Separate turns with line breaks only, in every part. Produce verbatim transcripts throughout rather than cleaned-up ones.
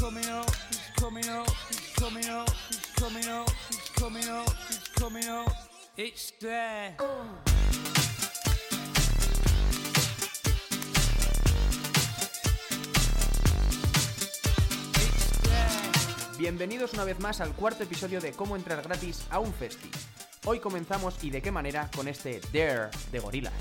coming up, it's coming up, it's coming up, it's coming up, it's coming up, it's coming up, it's there.
Bienvenidos una vez más al cuarto episodio de Cómo entrar gratis a un festi. Hoy comenzamos y de qué manera con este Dare de Gorillaz.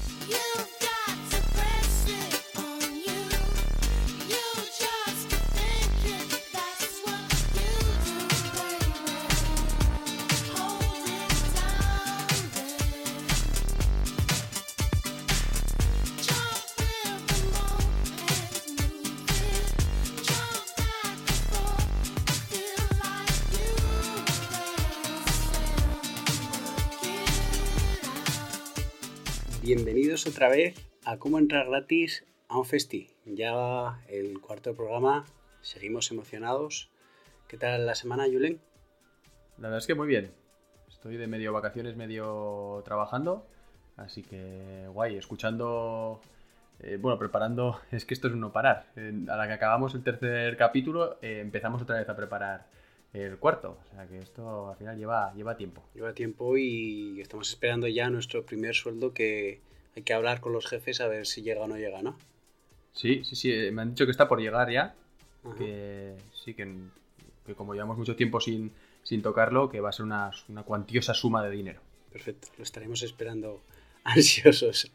Bienvenidos otra vez a Cómo entrar gratis a un festi. Ya el cuarto programa, seguimos emocionados. ¿Qué tal la semana, Julen?
La verdad es que muy bien. Estoy de medio vacaciones, medio trabajando. Así que guay, escuchando... Eh, bueno, preparando... Es que esto es un no parar. Eh, a la que acabamos el tercer capítulo, eh, empezamos otra vez a preparar el cuarto. O sea que esto al final lleva, lleva tiempo.
Lleva tiempo y estamos esperando ya nuestro primer sueldo, que hay que hablar con los jefes a ver si llega o no llega, ¿no?
Sí, sí, sí. Me han dicho que está por llegar ya. Ajá. Que sí, que, que como llevamos mucho tiempo sin, sin tocarlo, que va a ser una, una cuantiosa suma de dinero.
Perfecto, lo estaremos esperando ansiosos.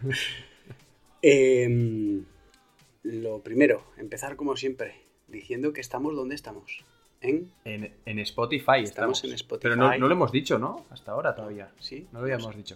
eh, lo primero, empezar como siempre, diciendo que estamos donde estamos. ¿En?
En, en Spotify estamos.
Estamos en Spotify.
Pero no, no lo hemos dicho, ¿no? Hasta ahora todavía.
Sí.
No lo habíamos dicho.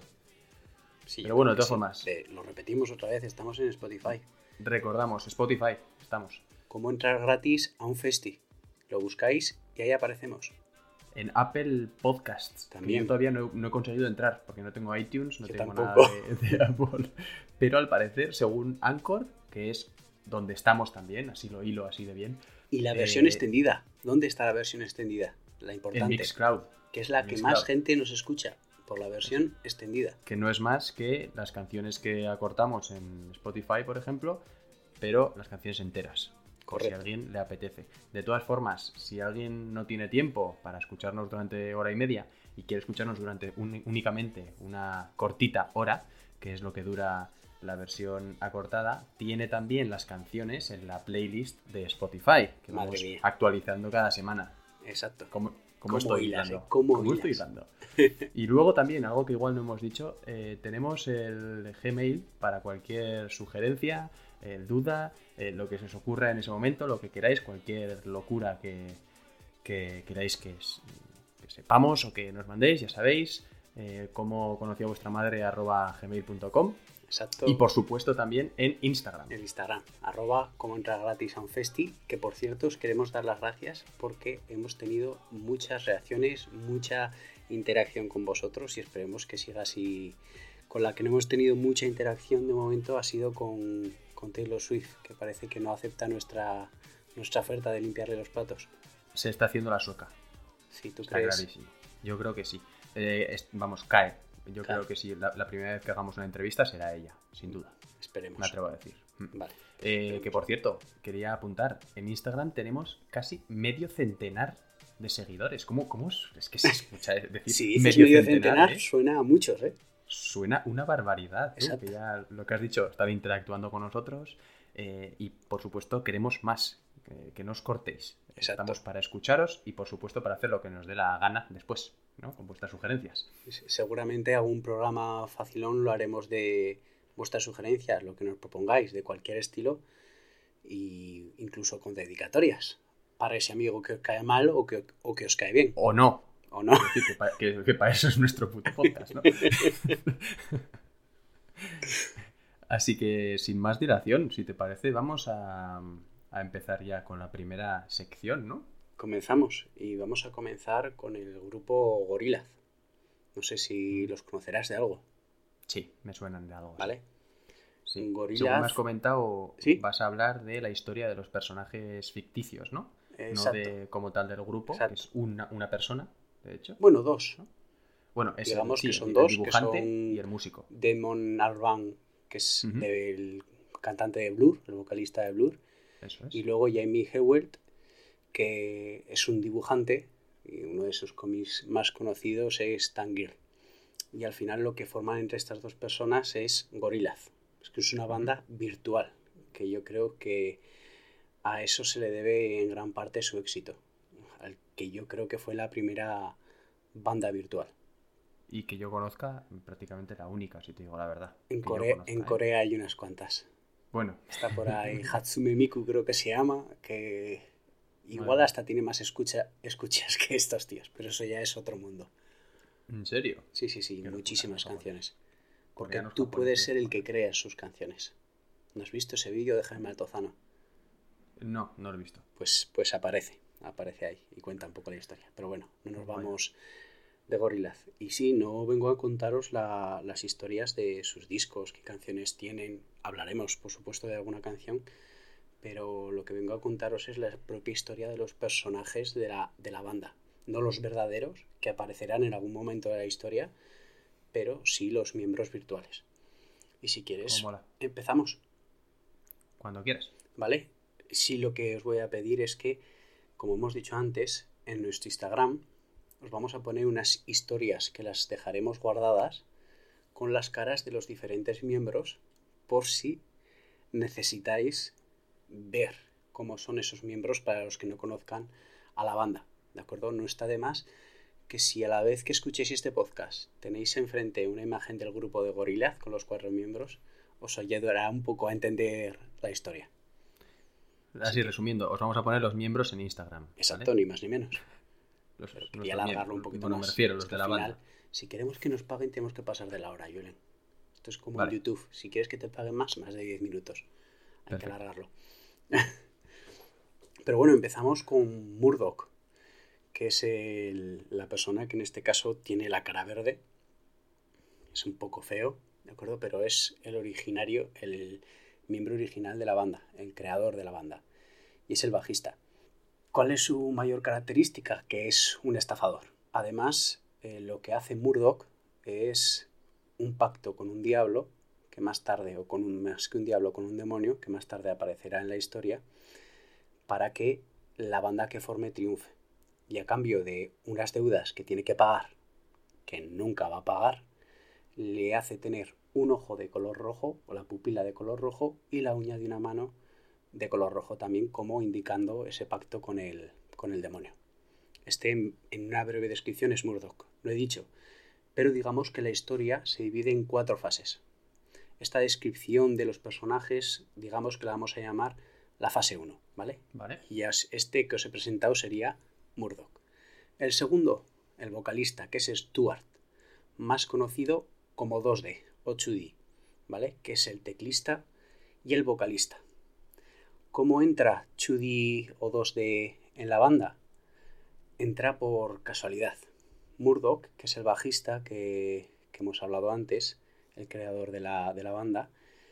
Sí,
pero bueno, de todas
sí.
formas.
Eh, lo repetimos otra vez, estamos en Spotify.
Recordamos, Spotify, estamos.
¿Cómo entrar gratis a un festi? Lo buscáis y ahí aparecemos.
En Apple Podcasts.
También.
Yo todavía no, no he conseguido entrar porque no tengo iTunes, no
yo
tengo
tampoco.
nada de, de Apple. Pero al parecer, según Anchor, que es donde estamos también, así lo hilo así de bien.
Y la versión
eh,
extendida. ¿Dónde está la versión extendida? La importante.
En Mixcloud.
Que es la
en
que
Mixcloud.
más gente nos escucha. Por la versión extendida.
Que no es más que las canciones que acortamos en Spotify, por ejemplo, pero las canciones enteras. Por si a alguien le apetece. De todas formas, si alguien no tiene tiempo para escucharnos durante hora y media y quiere escucharnos durante un, únicamente una cortita hora, que es lo que dura la versión acortada, tiene también las canciones en la playlist de Spotify, que
Madre
vamos
mía.
actualizando cada semana.
Exacto.
¿Cómo,
¿Cómo
cómo estoy
hilas,
hilando?
eh? ¿Cómo
¿Cómo
hilas?
estoy hilando? Y luego también, algo que igual no hemos dicho, eh, tenemos el Gmail para cualquier sugerencia, eh, duda, eh, lo que se os ocurra en ese momento, lo que queráis, cualquier locura que, que queráis que, es, que sepamos o que nos mandéis, ya sabéis, eh, cómo conocí a vuestra madre, arroba gmail punto com.
Exacto.
Y por supuesto también en Instagram.
En Instagram, arroba como entrar gratis a un festi, que por cierto os queremos dar las gracias porque hemos tenido muchas reacciones, mucha interacción con vosotros y esperemos que siga así. Con la que no hemos tenido mucha interacción de momento ha sido con, con Taylor Swift, que parece que no acepta nuestra, nuestra oferta de limpiarle los platos.
Se está haciendo la sueca.
Sí, ¿tú
Está
crees?
clarísimo. Yo creo que sí. Eh, es, vamos, cae. Yo
Claro.
creo que sí, la, la primera vez que hagamos una entrevista será ella, sin duda.
Esperemos.
Me atrevo a decir.
Vale.
Eh, que por cierto, quería apuntar, en Instagram tenemos casi medio centenar de seguidores. ¿Cómo, cómo es? Es que se escucha decir
Si dices medio, medio centenar,
¿eh?
Suena a muchos, ¿eh?
Suena una barbaridad, ¿no?
Exacto.
Que ya lo que has dicho, estar interactuando con nosotros eh, y por supuesto queremos más, que, que no os cortéis.
Exacto.
Estamos para escucharos y por supuesto para hacer lo que nos dé la gana después, ¿no? Con vuestras sugerencias.
Seguramente algún programa facilón lo haremos de vuestras sugerencias, lo que nos propongáis, de cualquier estilo, e incluso con dedicatorias para ese amigo que os cae mal o que, o que os cae bien.
O no.
O no.
Es decir, que, para, que, que para eso es nuestro puto podcast, ¿no? Así que sin más dilación, si te parece, vamos a, a empezar ya con la primera sección, ¿no?
Comenzamos y vamos a comenzar con el grupo Gorillaz. No sé si los conocerás de algo.
Sí, me suenan de algo.
¿Vale?
Sí.
Gorillaz...
Según me has comentado,
¿Sí?
vas a hablar de la historia de los personajes ficticios, ¿no?
Exacto.
No de como tal del grupo,
Exacto.
que es una, una persona, de hecho.
Bueno, dos, ¿no?
Bueno, es
digamos
el,
que
sí,
son
el
dos,
dibujante
que son
y el músico.
Damon Albarn, que es
Uh-huh.
el cantante de Blur, el vocalista de Blur,
Eso es.
y luego Jamie Hewlett, que es un dibujante y uno de sus cómics más conocidos es Tanguir. Y al final lo que forman entre estas dos personas es Gorillaz. Es que es una banda virtual, que yo creo que a eso se le debe en gran parte su éxito. Al que yo creo que fue la primera banda virtual.
Y que yo conozca, prácticamente la única, si te digo la verdad.
En,
que
Corea,
conozca,
en
¿eh?
Corea hay unas cuantas.
Bueno.
Está por ahí Hatsume Miku, creo que se llama, que igual
bueno.
hasta tiene más escucha, escuchas que estos tíos, pero eso ya es otro mundo.
¿En serio?
Sí, sí, sí,
Qué
muchísimas
locura,
canciones. Porque
Coreanos,
tú puedes
japoneses,
ser el que
joder.
crea sus canciones. ¿No has visto ese vídeo de Jaime Altozano?
No, no lo he visto.
Pues, pues aparece, aparece ahí y cuenta un poco la historia. Pero bueno, no nos
Vaya.
vamos de Gorillaz. Y sí, no vengo a contaros la, las historias de sus discos, qué canciones tienen. Hablaremos, por supuesto, de alguna canción, pero lo que vengo a contaros es la propia historia de los personajes de la, de la banda. No los verdaderos, que aparecerán en algún momento de la historia, pero sí los miembros virtuales. Y si quieres,
Oh, mola.
empezamos.
Cuando quieras.
¿Vale? Sí, lo que os voy a pedir es que, como hemos dicho antes, en nuestro Instagram os vamos a poner unas historias que las dejaremos guardadas con las caras de los diferentes miembros por si necesitáis ver cómo son esos miembros para los que no conozcan a la banda, ¿de acuerdo? No está de más que si a la vez que escuchéis este podcast tenéis enfrente una imagen del grupo de Gorillaz con los cuatro miembros, os ayudará un poco a entender la historia.
Así, resumiendo, os vamos a poner los miembros en Instagram.
Exacto,
¿vale?
ni más ni menos.
Los,
Pero quería alargarlo un poquito
bueno,
más.
me refiero,
Es
los
que
de
al
la
final,
banda.
si queremos que nos paguen, tenemos que pasar de la hora, Julen. Esto es como
Vale.
en YouTube. Si quieres que te paguen más, más de diez minutos. Hay
Perfecto.
que alargarlo. Pero bueno, empezamos con Murdoch, que es el, la persona que en este caso tiene la cara verde. Es un poco feo, ¿de acuerdo? Pero es el originario, el miembro original de la banda, el creador de la banda. Y es el bajista. ¿Cuál es su mayor característica? Que es un estafador. Además, eh, lo que hace Murdoch es un pacto con un diablo, que más tarde, o con un, más que un diablo, con un demonio, que más tarde aparecerá en la historia, para que la banda que forme triunfe. Y a cambio de unas deudas que tiene que pagar, que nunca va a pagar, le hace tener un ojo de color rojo, o la pupila de color rojo, y la uña de una mano de color rojo también, como indicando ese pacto con el, con el demonio. Este, en, en una breve descripción, es Murdoch, lo he dicho, pero digamos que la historia se divide en cuatro fases. Esta descripción de los personajes, digamos que la vamos a llamar la fase uno, ¿vale?
Vale.
Y este que os he presentado sería Murdoch. El segundo, el vocalista, que es Stuart, más conocido como dos D o dos D, ¿vale? Que es el teclista y el vocalista. ¿Cómo entra dos D o dos D en la banda? Entra por casualidad. Murdoch, que es el bajista que, que hemos hablado antes, el creador de la, de la banda,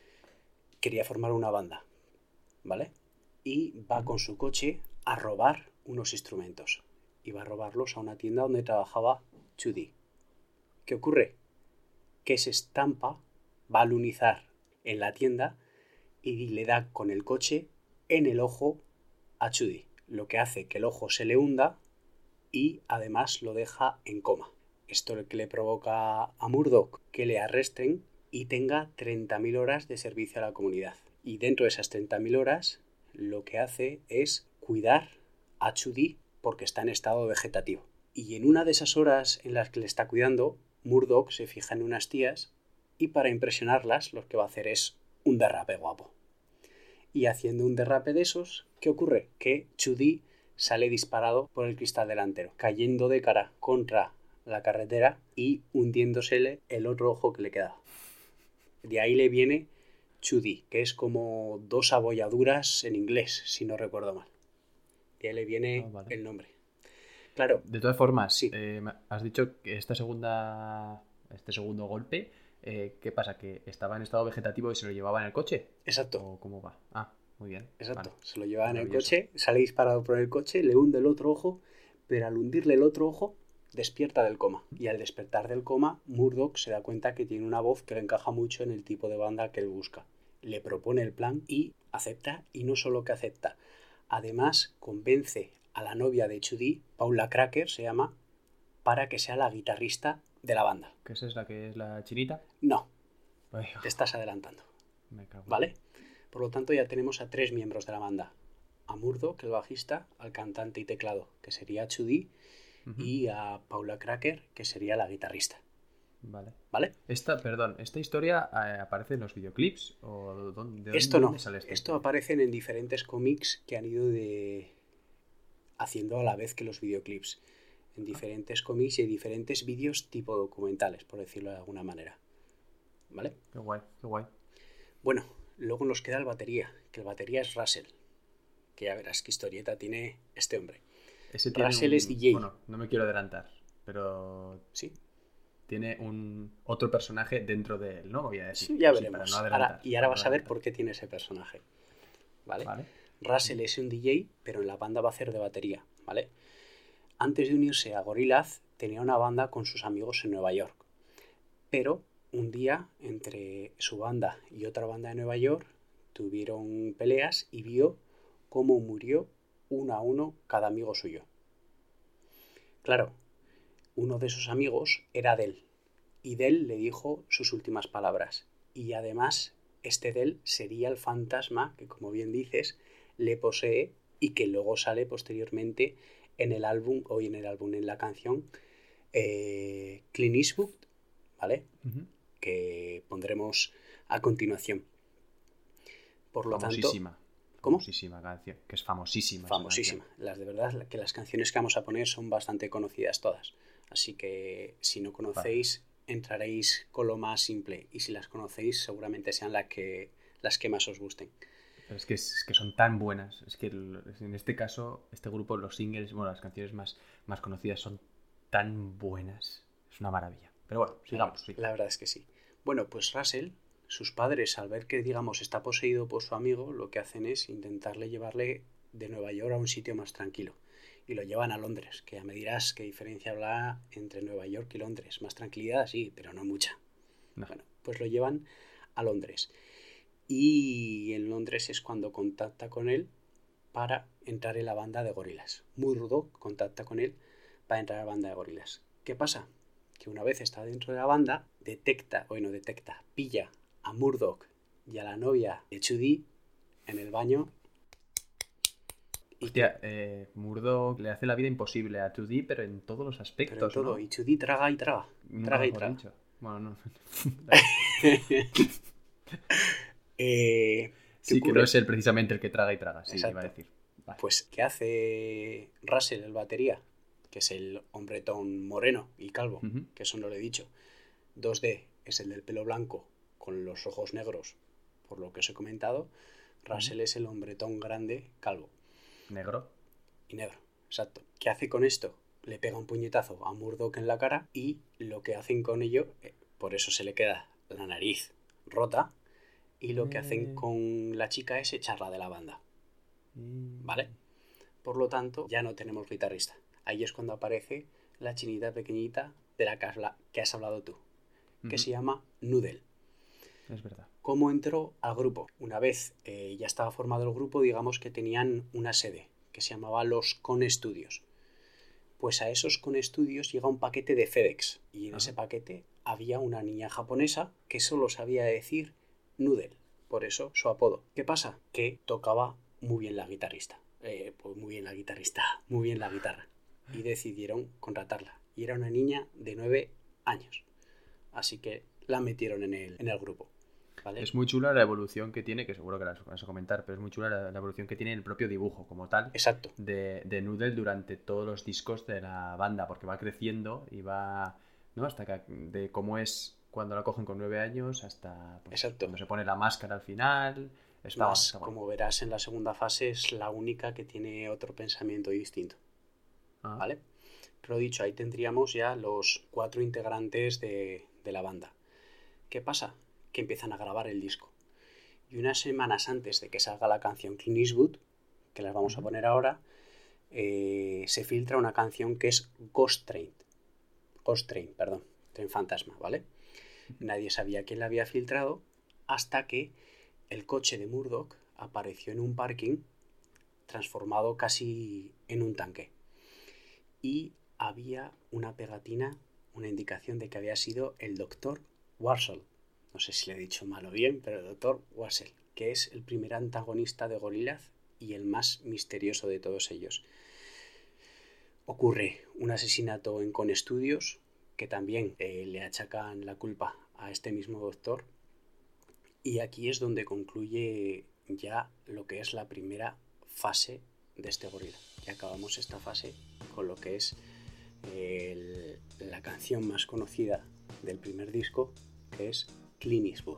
quería formar una banda, ¿vale? Y va con su coche a robar unos instrumentos. Y va a robarlos a una tienda donde trabajaba dos D. ¿Qué ocurre? Que se estampa, va a alunizar en la tienda y le da con el coche en el ojo a dos D, lo que hace que el ojo se le hunda y además lo deja en coma. Esto es lo que le provoca a Murdoch que le arresten y tenga treinta mil horas de servicio a la comunidad. Y dentro de esas treinta mil horas lo que hace es cuidar a dos D porque está en estado vegetativo. Y en una de esas horas en las que le está cuidando, Murdoch se fija en unas tías y para impresionarlas lo que va a hacer es un derrape guapo. Y haciendo un derrape de esos, ¿qué ocurre? Que dos D sale disparado por el cristal delantero, cayendo de cara contra la carretera y hundiéndosele el otro ojo que le quedaba. De ahí le viene dos D, que es como dos abolladuras en inglés, si no recuerdo mal. De ahí le viene
oh, vale.
el nombre. Claro.
De todas formas,
sí.
eh, has dicho que esta segunda, este segundo golpe, eh, ¿qué pasa? ¿Que estaba en estado vegetativo y se lo llevaba en el coche?
Exacto.
¿O cómo va? Ah, muy bien.
Exacto.
Vale.
Se lo llevaba en el coche, sale disparado por el coche, le hunde el otro ojo, pero al hundirle el otro ojo, despierta del coma. Y al despertar del coma, Murdoch se da cuenta que tiene una voz que le encaja mucho en el tipo de banda que él busca. Le propone el plan y acepta, y no solo que acepta, además convence a la novia de Chuddy, Paula Cracker se llama, para que sea la guitarrista de la banda.
¿Qué es la que es la chinita?
No,
Ay,
te estás adelantando,
me cago.
¿vale? Por lo tanto ya tenemos a tres miembros de la banda. A Murdoch, el bajista, al cantante y teclado, que sería Chuddy,
Ujú.
y a Paula Cracker, que sería la guitarrista.
Vale.
¿Vale?
Esta, perdón, ¿esta historia eh, aparece en los videoclips? ¿O dónde, de
Esto
dónde
no.
sale esta
Esto
historia?
aparecen en diferentes cómics que han ido de... haciendo a la vez que los videoclips. En diferentes cómics y diferentes vídeos tipo documentales, por decirlo de alguna manera. ¿Vale?
Qué guay, qué guay.
Bueno, luego nos queda el batería, que el batería es Russell. Que ya verás qué historieta tiene este hombre.
Ese tiene
Russell
un-
es D J.
Bueno, no me quiero adelantar, pero
Sí,
tiene un otro personaje dentro de él, ¿no? Voy a decir.
sí, ya
Sí,
veremos.
para no
Ahora-
adelantar,
y ahora
para
vas
no
a ver
adelantar.
por qué tiene ese personaje. ¿Vale?
Vale.
Russell es un D J, pero en la banda va a hacer de batería, ¿vale? Antes de unirse a Gorillaz, tenía una banda con sus amigos en Nueva York. Pero un día, entre su banda y otra banda de Nueva York, tuvieron peleas y vio cómo murió uno a uno cada amigo suyo. Claro, uno de sus amigos era Del, y Del le dijo sus últimas palabras. Y además, este Del sería el fantasma que, como bien dices, le posee y que luego sale posteriormente en el álbum, o en el álbum, en la canción eh, Clint Eastwood, ¿vale?
Ujú.
Que pondremos a continuación. Por lo tanto,
Famosísima.
¿Cómo?
Famosísima canción. Que es famosísima. esa
famosísima.
canción.
Las de verdad, que las canciones que vamos a poner son bastante conocidas todas. Así que si no conocéis, entraréis con lo más simple. Y si las conocéis, seguramente sean las que, las que más os gusten.
Pero es que, es que son tan buenas. Es que el- en este caso, este grupo, los singles, bueno, las canciones más, más conocidas son tan buenas. Es una maravilla. Pero bueno, sigamos.
La,
sí.
la verdad es que sí. Bueno, pues Russell, sus padres, al ver que, digamos, está poseído por su amigo, lo que hacen es intentarle llevarle de Nueva York a un sitio más tranquilo. Y lo llevan a Londres, que ya me dirás qué diferencia habrá entre Nueva York y Londres. Más tranquilidad, sí, pero no mucha.
No.
Bueno, pues lo llevan a Londres. Y en Londres es cuando contacta con él para entrar en la banda de Gorillaz. Murdoch contacta con él para entrar a la banda de Gorillaz. ¿Qué pasa? Que una vez está dentro de la banda, detecta, o no detecta, pilla a Murdoch y a la novia de Chuddy en el baño. Y
Hostia, eh, Murdoch le hace la vida imposible a two D, pero en todos los aspectos,
pero en todo,
¿no?
y Chuddy traga y traga.
Nunca
Traga y
mejor
traga.
dicho. Bueno, no.
eh, ¿qué
Sí, que
ocurre?
no es él precisamente el que traga y traga, sí,
Exacto.
iba a decir. Vale.
Pues, ¿qué hace Russell, el batería? Que es el hombretón moreno y calvo,
Ujú.
que eso no lo he dicho. dos D es el del pelo blanco con los ojos negros, por lo que os he comentado. Russell es el hombretón grande, calvo
Negro.
y negro. Exacto. ¿Qué hace con esto? Le pega un puñetazo a Murdoch en la cara y lo que hacen con ello, eh, por eso se le queda la nariz rota, y lo que hacen
Eh.
con la chica es echarla de la banda. ¿Vale? Por lo tanto, ya no tenemos guitarrista. Ahí es cuando aparece la chinita pequeñita de la que has, habla- que has hablado tú, que
Ujú.
se llama Noodle.
Es verdad.
¿Cómo entró al grupo? Una vez eh, ya estaba formado el grupo, digamos que tenían una sede que se llamaba los Con Studios. Pues a esos Con Studios llega un paquete de FedEx y en
Ajá.
ese paquete había una niña japonesa que solo sabía decir Noodle, por eso su apodo. ¿Qué pasa? Que tocaba muy bien la guitarrista. Eh, pues muy bien la guitarrista, muy bien la guitarra. Y decidieron contratarla. Y era una niña de nueve años. Así que la metieron en el, en el grupo. ¿Vale?
Es muy chula la evolución que tiene, que seguro que la vas a comentar, pero es muy chula la, la evolución que tiene el propio dibujo como tal
Exacto.
de, de Noodle durante todos los discos de la banda, porque va creciendo y va, ¿no? Hasta que, de cómo es cuando la cogen con nueve años hasta pues,
Exacto.
cuando se pone la máscara al final. Está,
Más,
está guay.
como verás en la segunda fase, es la única que tiene otro pensamiento distinto.
Ah.
¿Vale? Pero dicho, ahí tendríamos ya los cuatro integrantes de, de la banda. ¿Qué pasa? Que empiezan a grabar el disco. Y unas semanas antes de que salga la canción Clint Eastwood, que las vamos
Uh-huh.
a poner ahora, eh, se filtra una canción que es Ghost Train. Ghost Train, perdón. Tren fantasma, ¿vale? Nadie sabía quién la había filtrado hasta que el coche de Murdoch apareció en un parking transformado casi en un tanque. Y había una pegatina, una indicación de que había sido el doctor Warshall. No sé si le he dicho mal o bien, pero el doctor Warshall, que es el primer antagonista de Gorillaz y el más misterioso de todos ellos. Ocurre un asesinato en Con Studios, que también eh, le achacan la culpa a este mismo doctor. Y aquí es donde concluye ya lo que es la primera fase de este gorila. Y acabamos esta fase con lo que es el, la canción más conocida del primer disco, que es Clint Eastwood.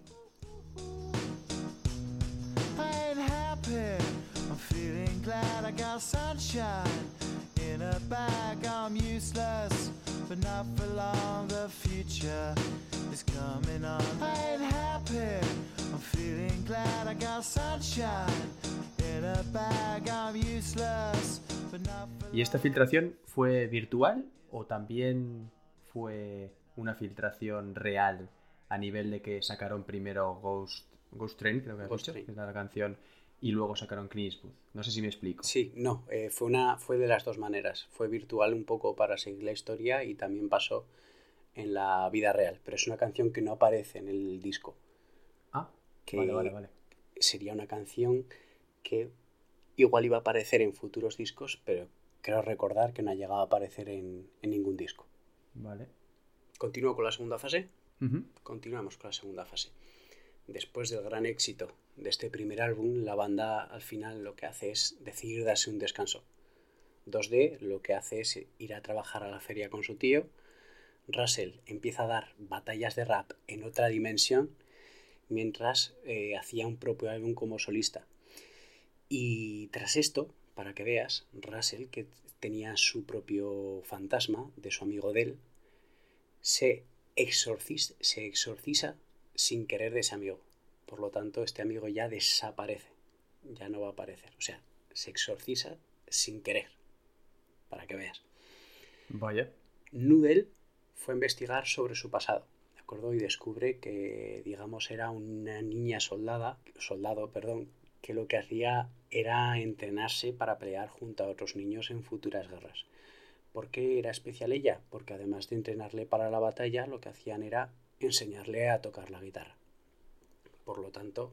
I ain't happy, I'm feeling glad I got sunshine in a bag, I'm useless, but not for long, the future is coming on. I ain't happy, I'm feeling glad I got sunshine in a bag, I'm useless, but not for long.
¿Y esta filtración fue virtual o también fue una filtración real a nivel de que sacaron primero Ghost, Ghost Train, creo que has
Ghost
dicho,
Train.
que es la canción, y luego sacaron Clint Eastwood? No sé si me explico.
Sí, no, eh, fue, una, fue de las dos maneras. Fue virtual un poco para seguir la historia y también pasó en la vida real. Pero es una canción que no aparece en el disco.
Ah,
Que
vale, vale, vale.
sería una canción que igual iba a aparecer en futuros discos, pero creo recordar que no ha llegado a aparecer en, en ningún disco.
Vale.
¿Continúo con la segunda fase?
Uh-huh.
Continuamos con la segunda fase. Después del gran éxito de este primer álbum, la banda al final lo que hace es decidir darse un descanso. dos D lo que hace es ir a trabajar a la feria con su tío. Russell empieza a dar batallas de rap en otra dimensión, mientras eh, hacía un propio álbum como solista. Y tras esto, para que veas, Russell, que tenía su propio fantasma de su amigo Dell, se exorciza, se exorciza sin querer de ese amigo. Por lo tanto, este amigo ya desaparece. Ya no va a aparecer. O sea, se exorciza sin querer. Para que veas.
Vaya.
Noodle fue a investigar sobre su pasado, ¿de acuerdo? Y descubre que, digamos, era una niña soldada, soldado, perdón, que lo que hacía era entrenarse para pelear junto a otros niños en futuras guerras. ¿Por qué era especial ella? Porque además de entrenarle para la batalla, lo que hacían era enseñarle a tocar la guitarra. Por lo tanto,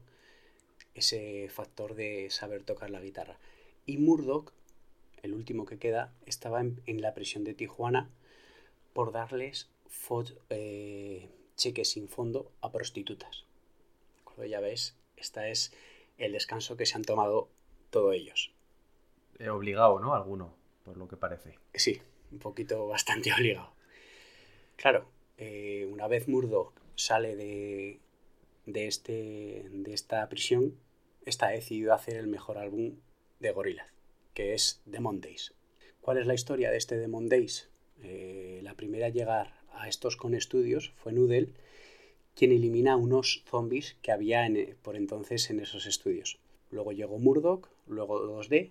ese factor de saber tocar la guitarra. Y Murdoch, el último que queda, estaba en, en la prisión de Tijuana por darles fo- eh, cheques sin fondo a prostitutas. Como ya ves, este es el descanso que se han tomado todos ellos.
Eh, obligado, ¿no? Alguno, por lo que parece.
Sí, un poquito bastante obligado. Claro, eh, una vez Murdoch sale de, de, este, de esta prisión, está decidido a hacer el mejor álbum de Gorillaz, que es Demon Days. ¿Cuál es la historia de este Demon Days? Eh, la primera a llegar a estos Con Studios fue Noodle, quien elimina a unos zombies que había en, por entonces en esos estudios. Luego llegó Murdoch, luego dos D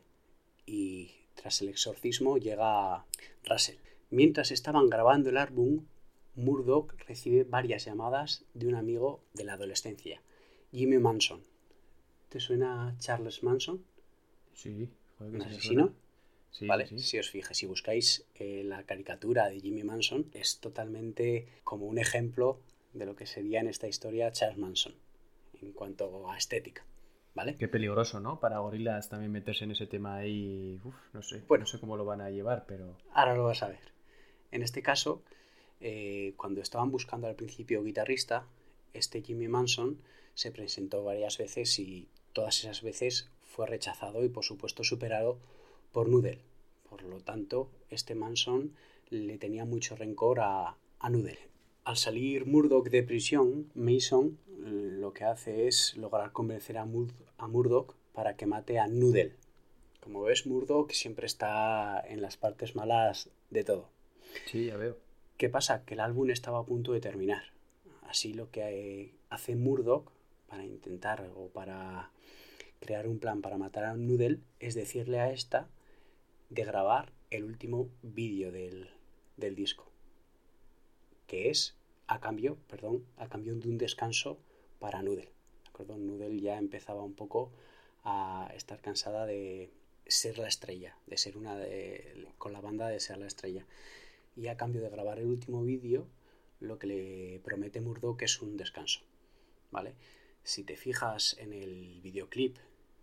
y tras el exorcismo llega Russell. Mientras estaban grabando el álbum, Murdoch recibe varias llamadas de un amigo de la adolescencia, Jimmy Manson. ¿Te suena Charles Manson?
Sí. Joder, que
¿Un
sí me
asesino?
suena. Sí,
¿Vale?
sí, sí.
Si os fijáis, si buscáis eh, la caricatura de Jimmy Manson, es totalmente como un ejemplo de lo que sería en esta historia Charles Manson, en cuanto a estética, ¿vale?
Qué peligroso, ¿no? Para Gorillaz también meterse en ese tema ahí. Uf, no sé.
Bueno.
No sé cómo lo van a llevar, pero...
Ahora lo vas a ver. En este caso, eh, cuando estaban buscando al principio guitarrista, este Jimmy Manson se presentó varias veces y todas esas veces fue rechazado y por supuesto superado por Noodle. Por lo tanto, este Manson le tenía mucho rencor a, a Noodle. Al salir Murdoch de prisión, Mason lo que hace es lograr convencer a, Mur- a Murdoch para que mate a Noodle. Como ves, Murdoch siempre está en las partes malas de todo.
Sí, ya veo.
¿Qué pasa? Que el álbum estaba a punto de terminar. Así lo que hace Murdoch para intentar o para crear un plan para matar a Noodle es decirle a esta de grabar el último vídeo del, del disco, que es a cambio, perdón, a cambio de un descanso para Noodle. ¿De acuerdo? Noodle ya empezaba un poco a estar cansada de ser la estrella, de ser una de, con la banda de ser la estrella. Y a cambio de grabar el último vídeo, lo que le promete Murdoch es un descanso, ¿vale? Si te fijas en el videoclip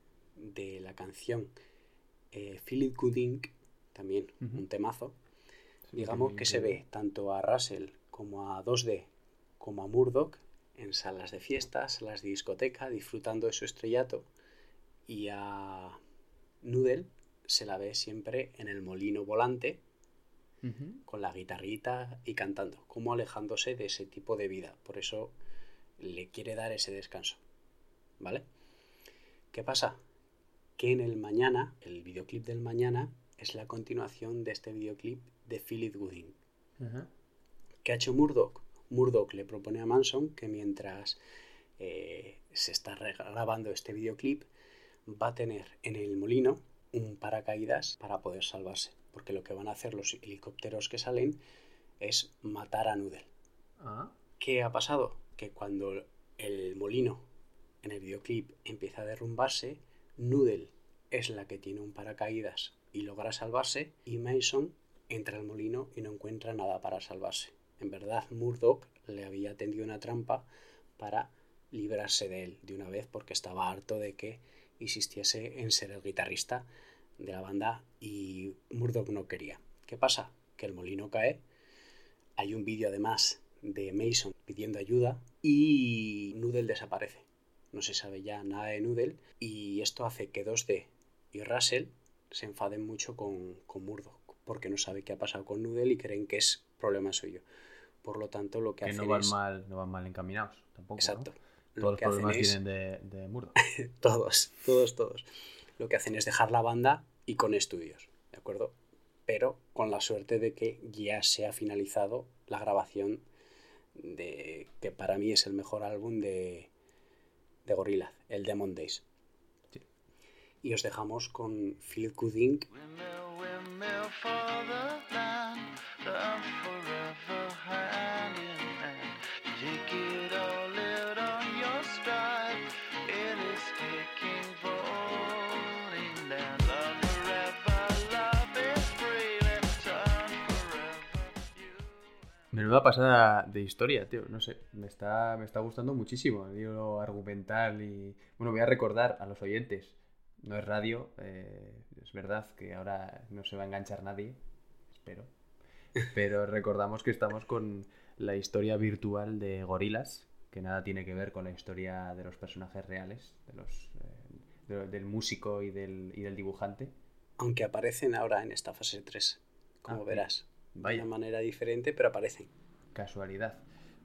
de la canción eh, Feel It Good Inc, también uh-huh. un temazo, sí, digamos que, que se ve tanto a Russell como a dos D como a Murdoch en salas de fiestas, salas de discoteca, disfrutando de su estrellato, y a Noodle se la ve siempre en el molino volante uh-huh. con la guitarrita y cantando, como alejándose de ese tipo de vida. Por eso le quiere dar ese descanso, ¿vale? ¿Qué pasa? Que en el mañana, el videoclip del mañana es la continuación de este videoclip de Feel It Good Inc. Uh-huh. ¿Qué ha hecho Murdoch? Murdoch le propone a Manson que mientras eh, se está grabando este videoclip va a tener en el molino un paracaídas para poder salvarse, porque lo que van a hacer los helicópteros que salen es matar a Noodle. Uh-huh. ¿Qué ha pasado? Que cuando el molino en el videoclip empieza a derrumbarse, Noodle es la que tiene un paracaídas y logra salvarse, y Mason entra al molino y no encuentra nada para salvarse. En verdad, Murdoch le había tendido una trampa para librarse de él de una vez, porque estaba harto de que insistiese en ser el guitarrista de la banda y Murdoch no quería. ¿Qué pasa? Que el molino cae, hay un vídeo además de Mason pidiendo ayuda y Noodle desaparece. No se sabe ya nada de Noodle, y esto hace que dos D y Russell se enfaden mucho con, con Murdoch, porque no sabe qué ha pasado con Noodle y creen que es problema suyo. Por lo tanto, lo que,
que
hacen
no van
es...
mal, no van mal encaminados tampoco.
Exacto.
¿No? Todos los problemas
es...
vienen de, de Murdoch.
todos, todos, todos. Lo que hacen es dejar la banda y con estudios, ¿de acuerdo? Pero con la suerte de que ya se ha finalizado la grabación de que para mí es el mejor álbum de, de Gorillaz, el Demon Days. Sí. Y os dejamos con Feel It Good Inc.
Menuda pasada de historia, tío. No sé, me está, me está gustando muchísimo el hilo argumental y... Bueno, voy a recordar a los oyentes, no es radio, eh, es verdad que ahora no se va a enganchar nadie, espero. Pero recordamos que estamos con la historia virtual de Gorillaz, que nada tiene que ver con la historia de los personajes reales, de los, eh, de, del músico y del, y del dibujante.
Aunque aparecen ahora en esta fase tres, como ah, verás. Vaya. De una manera diferente, pero aparecen.
Casualidad.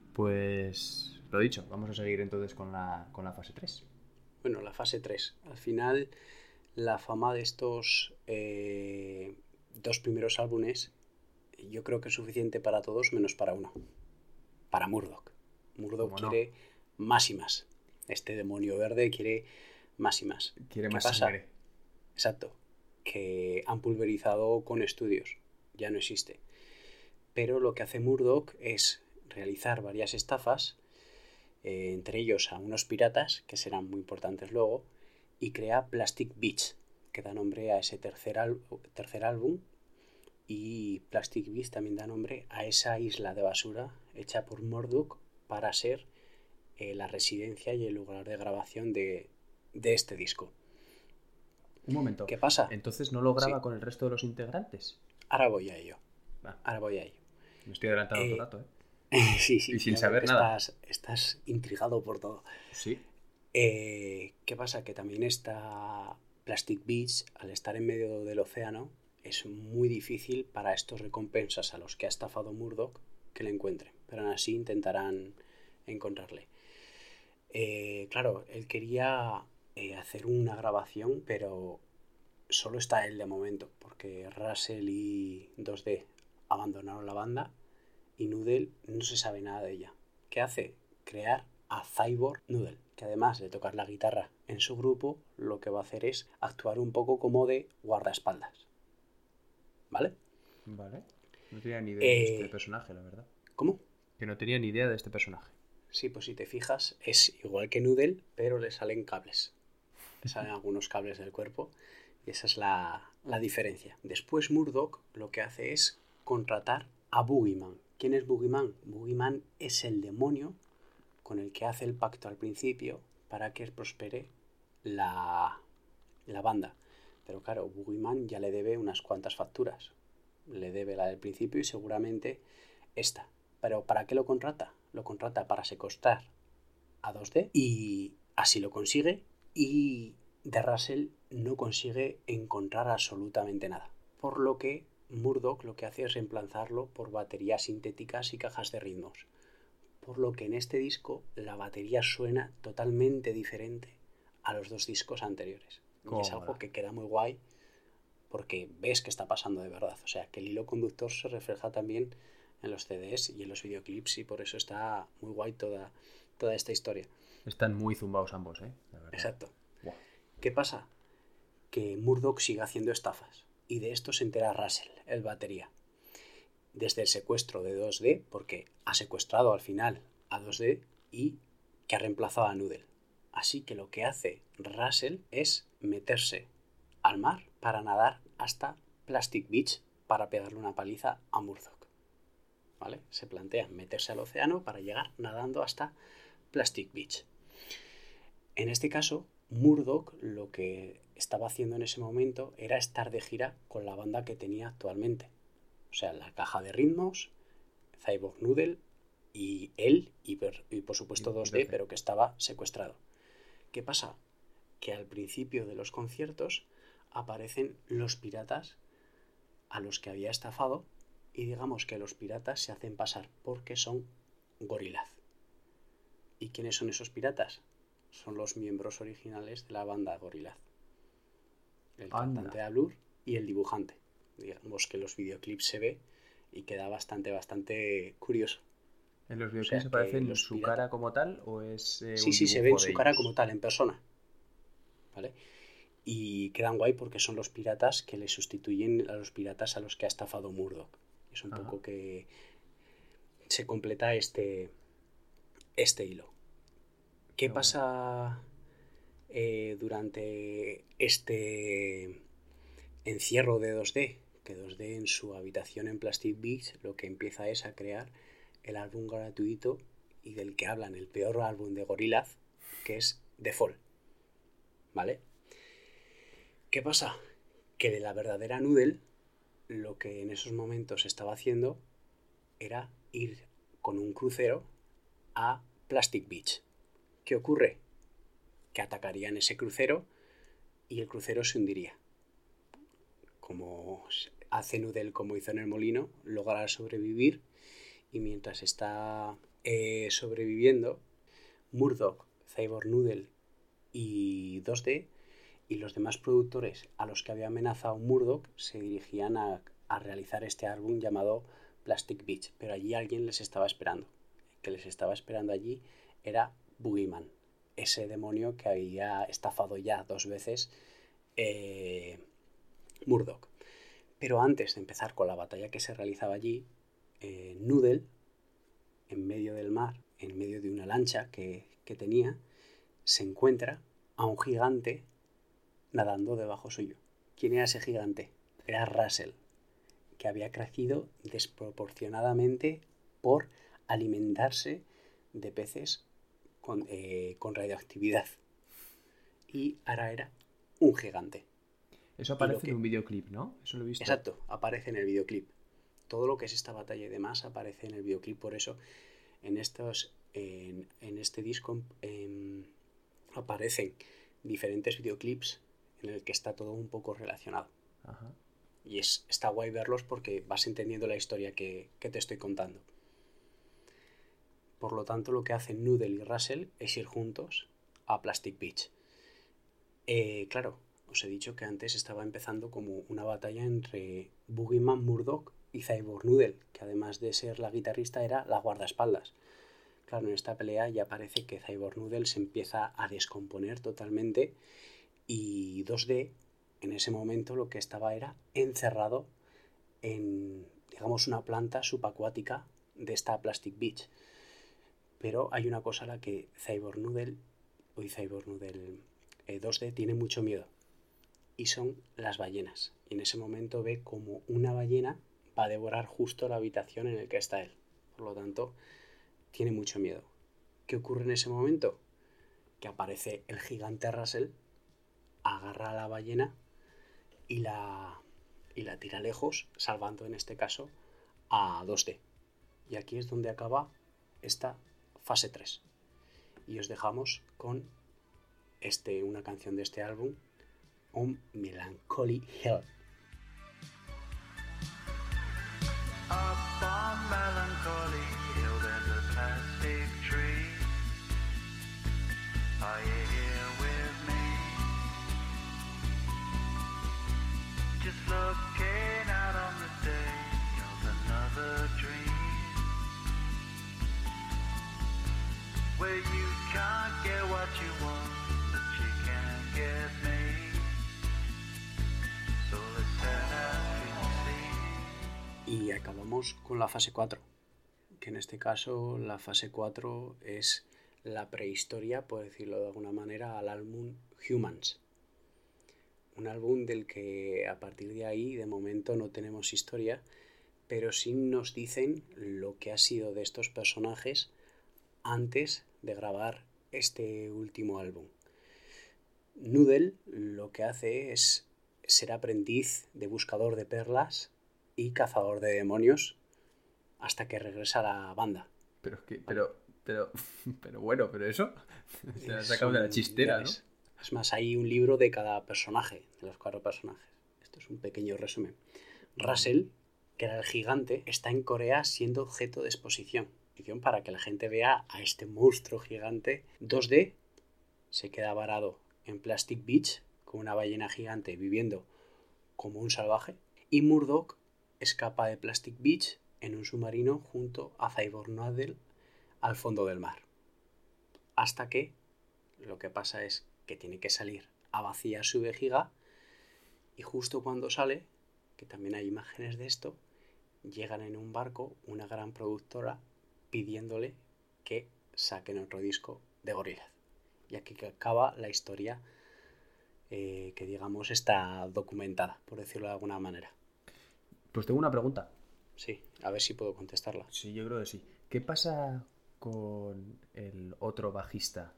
Pues lo dicho, vamos a seguir entonces con la, con la fase tres.
Bueno, la fase tres. Al final, la fama de estos eh, dos primeros álbumes, yo creo que es suficiente para todos, menos para uno. Para Murdoch. Murdoch quiere no? más y más. Este demonio verde quiere más y más.
Quiere
¿Qué
más
pasa?
sangre.
Exacto. Que han pulverizado con estudios. Ya no existe. Pero lo que hace Murdoch es realizar varias estafas, eh, entre ellos a unos piratas, que serán muy importantes luego, y crea Plastic Beach, que da nombre a ese tercer, al- tercer álbum, y Plastic Beach también da nombre a esa isla de basura hecha por Murdoch para ser eh, la residencia y el lugar de grabación de, de este disco.
Un momento.
¿Qué pasa?
¿Entonces no lo graba
Sí.
con el resto de los integrantes?
Ahora voy a ello.
Ah,
Ahora voy a ello.
me estoy adelantando
Eh,
todo el rato, ¿eh?
Sí, sí.
Y sin
ya
saber
veo que
nada.
Estás, estás intrigado por todo.
Sí.
Eh, ¿Qué pasa? Que también esta Plastic Beach, al estar en medio del océano, es muy difícil para estos recompensas a los que ha estafado Murdoch que le encuentren. Pero aún así intentarán encontrarle. Eh, claro, él quería eh, hacer una grabación, pero solo está él de momento, porque Russell y dos D abandonaron la banda y Noodle no se sabe nada de ella. ¿Qué hace? Crear a Cyborg Noodle, que además de tocar la guitarra en su grupo, lo que va a hacer es actuar un poco como de guardaespaldas. ¿Vale?
Vale. No tenía ni idea
Eh,
de este personaje, la verdad.
¿Cómo?
Que no tenía ni idea de este personaje.
Sí, pues si te fijas, es igual que Noodle, pero le salen cables. le salen algunos cables del cuerpo y esa es la, la diferencia. Después Murdoch lo que hace es contratar a Boogeyman. ¿Quién es Boogeyman? Boogeyman es el demonio con el que hace el pacto al principio para que prospere la, la banda. Pero claro, Boogeyman ya le debe unas cuantas facturas. Le debe la del principio y seguramente esta. Pero ¿para qué lo contrata? Lo contrata para secuestrar a dos D y así lo consigue, y de Russell no consigue encontrar absolutamente nada. Por lo que Murdoch lo que hace es reemplazarlo por baterías sintéticas y cajas de ritmos. Por lo que en este disco la batería suena totalmente diferente a los dos discos anteriores. Y es algo que queda muy guay porque ves que está pasando de verdad. O sea, que el hilo conductor se refleja también en los C Ds y en los videoclips y por eso está muy guay toda, toda esta historia.
Están muy zumbados ambos, ¿eh? La verdad.
Exacto.
Wow.
¿Qué pasa? Que Murdoch sigue haciendo estafas y de esto se entera Russell, el batería. Desde el secuestro de dos D, porque ha secuestrado al final a dos D y que ha reemplazado a Noodle. Así que lo que hace Russell es meterse al mar para nadar hasta Plastic Beach para pegarle una paliza a Murdoch. ¿Vale? Se plantea meterse al océano para llegar nadando hasta Plastic Beach. En este caso, Murdoch lo que estaba haciendo en ese momento era estar de gira con la banda que tenía actualmente. O sea, la caja de ritmos, Cyborg Noodle y él y por, y por supuesto dos D, pero que estaba secuestrado. ¿Qué pasa? Que al principio de los conciertos aparecen los piratas a los que había estafado y digamos que los piratas se hacen pasar porque son Gorillaz. ¿Y quiénes son esos piratas? Son los miembros originales de la banda Gorillaz. El cantante de Blur y el dibujante. Digamos que los videoclips se ve y queda bastante, bastante curioso.
¿En los videoclips o sea, aparecen su pirata... cara como tal o es eh,
Sí,
un
sí, se ve en su
ellos?
cara como tal, en persona. ¿Vale? Y quedan guay porque son los piratas que le sustituyen a los piratas a los que ha estafado Murdoch. Es un Ajá. poco que se completa este, este hilo. ¿Qué no. pasa eh, durante este encierro de dos D? Que dos D en su habitación en Plastic Beach lo que empieza es a crear el álbum gratuito y del que hablan, el peor álbum de Gorillaz, que es The Fall. ¿Vale? ¿Qué pasa? Que de la verdadera Noodle lo que en esos momentos estaba haciendo era ir con un crucero a Plastic Beach. ¿Qué ocurre? Que atacarían ese crucero y el crucero se hundiría. Como hace Noodle, como hizo en el molino, logrará sobrevivir y mientras está eh, sobreviviendo, Murdoch, Cyborg Noodle y dos D y los demás productores a los que había amenazado Murdoch se dirigían a, a realizar este álbum llamado Plastic Beach, pero allí alguien les estaba esperando. El que les estaba esperando allí era Boogeyman, ese demonio que había estafado ya dos veces eh, Murdoch. Pero antes de empezar con la batalla que se realizaba allí, eh, Noodle, en medio del mar, en medio de una lancha que, que tenía, se encuentra a un gigante nadando debajo suyo. ¿Quién era ese gigante? Era Russell, que había crecido desproporcionadamente por alimentarse de peces con, eh, con radioactividad. Y ahora era un gigante.
Eso aparece que... en un videoclip, ¿no? Eso lo he visto.
Exacto, aparece en el videoclip. Todo lo que es esta batalla y demás aparece en el videoclip. Por eso en, estos, en, en este disco eh, aparecen diferentes videoclips en el que está todo un poco relacionado.
Ajá.
Y es, está guay verlos porque vas entendiendo la historia que, que te estoy contando. Por lo tanto, lo que hacen Noodle y Russell es ir juntos a Plastic Beach. Eh, claro, os he dicho que antes estaba empezando como una batalla entre Boogeyman, Murdoch y Cyborg Noodle, que además de ser la guitarrista era la guardaespaldas. Claro, en esta pelea ya parece que Cyborg Noodle se empieza a descomponer totalmente y dos D en ese momento lo que estaba era encerrado en, digamos, una planta subacuática de esta Plastic Beach. Pero hay una cosa a la que Cyborg Noodle, uy, Cyborg Noodle, eh, dos D tiene mucho miedo. Y son las ballenas. Y en ese momento ve como una ballena va a devorar justo la habitación en la que está él. Por lo tanto, tiene mucho miedo. ¿Qué ocurre en ese momento? Que aparece el gigante Russell, agarra a la ballena y la, y la tira lejos, salvando en este caso a dos D. Y aquí es donde acaba esta fase tres. Y os dejamos con este, una canción de este álbum, On Melancholy Hill.
Up on Melancholy Hill there's a plastic tree. Are you here with me? Just looking out on the day of another dream, where you can't get what you want, but you can get me. So let's set out to sea.
Y acabamos con la fase cuatro, que en este caso la fase cuatro es la prehistoria, por decirlo de alguna manera, al álbum Humans. Un álbum del que a partir de ahí, de momento, no tenemos historia, pero sí nos dicen lo que ha sido de estos personajes antes de grabar este último álbum. Noodle lo que hace es ser aprendiz de buscador de perlas y cazador de demonios hasta que regresa a la banda.
Pero, que, pero, pero, pero bueno, pero eso se ha sacado de la chistera, ¿no?
Es más, hay un libro de cada personaje, de los cuatro personajes. Esto es un pequeño resumen. Russell, que era el gigante, está en Corea siendo objeto de exposición. Para que la gente vea a este monstruo gigante. dos D se queda varado en Plastic Beach con una ballena gigante viviendo como un salvaje. Y Murdoch escapa de Plastic Beach en un submarino junto a Cyborg Noodle al fondo del mar. Hasta que lo que pasa es que tiene que salir a vaciar su vejiga y justo cuando sale, que también hay imágenes de esto, llegan en un barco una gran productora pidiéndole que saquen otro disco de Gorillaz. Y aquí que acaba la historia eh, que digamos está documentada, por decirlo de alguna manera.
Pues tengo una pregunta.
Sí, a ver si puedo contestarla.
Sí, yo creo que sí. ¿Qué pasa con el otro bajista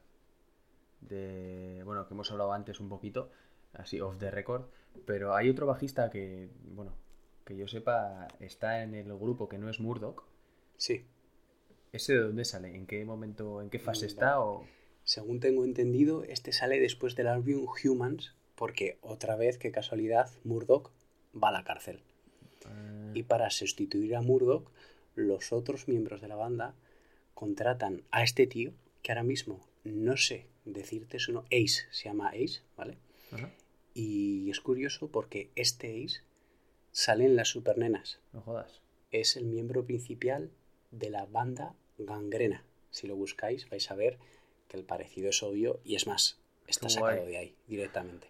de, bueno, que hemos hablado antes un poquito, así off the record, pero hay otro bajista que, bueno, que yo sepa está en el grupo que no es Murdoch?
Sí.
¿Ese de dónde sale? ¿En qué momento, en qué fase está? O...
Según tengo entendido, este sale después del álbum Humans, porque otra vez, qué casualidad, Murdoch va a la cárcel. Uh... Y para sustituir a Murdoch, los otros miembros de la banda contratan a este tío, que ahora mismo no sé decirte su nombre, Ace, se llama Ace, ¿vale? Uh-huh. Y es curioso porque este Ace sale en las Supernenas.
No jodas.
Es el miembro principal de la banda Gangrena. Si lo buscáis vais a ver que el parecido es obvio y es más, está Qué sacado guay. De ahí directamente.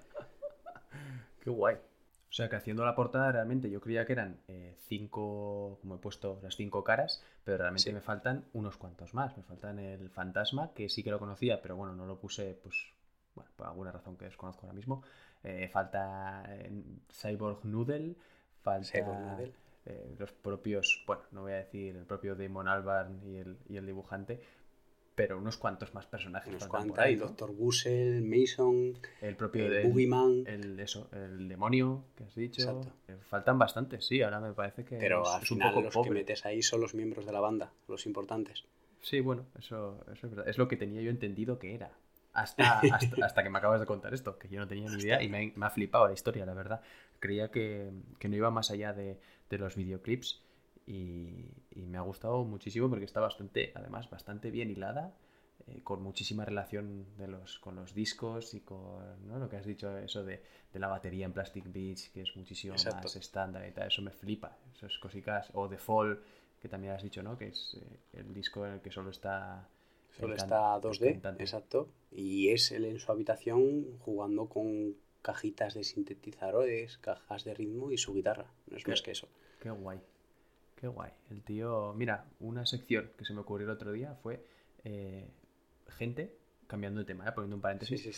Qué guay. O sea que haciendo la portada realmente yo creía que eran eh, cinco, como he puesto las cinco caras, pero realmente sí. Me faltan unos cuantos más. Me faltan el fantasma, que sí que lo conocía, pero bueno, no lo puse pues bueno, por alguna razón que desconozco ahora mismo. Eh, falta eh, Cyborg Noodle, falta
Cyborg Noodle.
Eh, los propios, bueno, no voy a decir el propio Damon Albarn y el, y el dibujante, pero unos cuantos más personajes.
Unos cuantos, ahí, ¿no? doctor Bussell, Mason,
el propio
el
del,
Boogeyman.
El, eso, el demonio que has dicho. Eh, faltan bastantes, sí, ahora me parece que
pero
es,
al
es
final
un poco
los
pobre.
Que metes ahí son los miembros de la banda, los importantes.
Sí, bueno, eso, eso es verdad. Es lo que tenía yo entendido que era. Hasta, hasta, hasta que me acabas de contar esto, que yo no tenía ni idea y me, me ha flipado la historia, la verdad. Creía que, que no iba más allá de, de los videoclips y, y me ha gustado muchísimo porque está bastante, además, bastante bien hilada, eh, con muchísima relación de los, con los discos y con, ¿no?, lo que has dicho, eso de, de la batería en Plastic Beach, que es muchísimo Exacto. más estándar y tal, eso me flipa, esas cositas, o The Fall, que también has dicho, ¿no?, que es eh, el disco en el que solo está...
Solo está dos D, exacto, y es él en su habitación jugando con cajitas de sintetizadores, cajas de ritmo y su guitarra, no es
qué,
más que eso.
Qué guay, qué guay. El tío, mira, una sección que se me ocurrió el otro día fue eh, gente, cambiando de tema, ¿eh? Poniendo un paréntesis,
sí, sí, sí.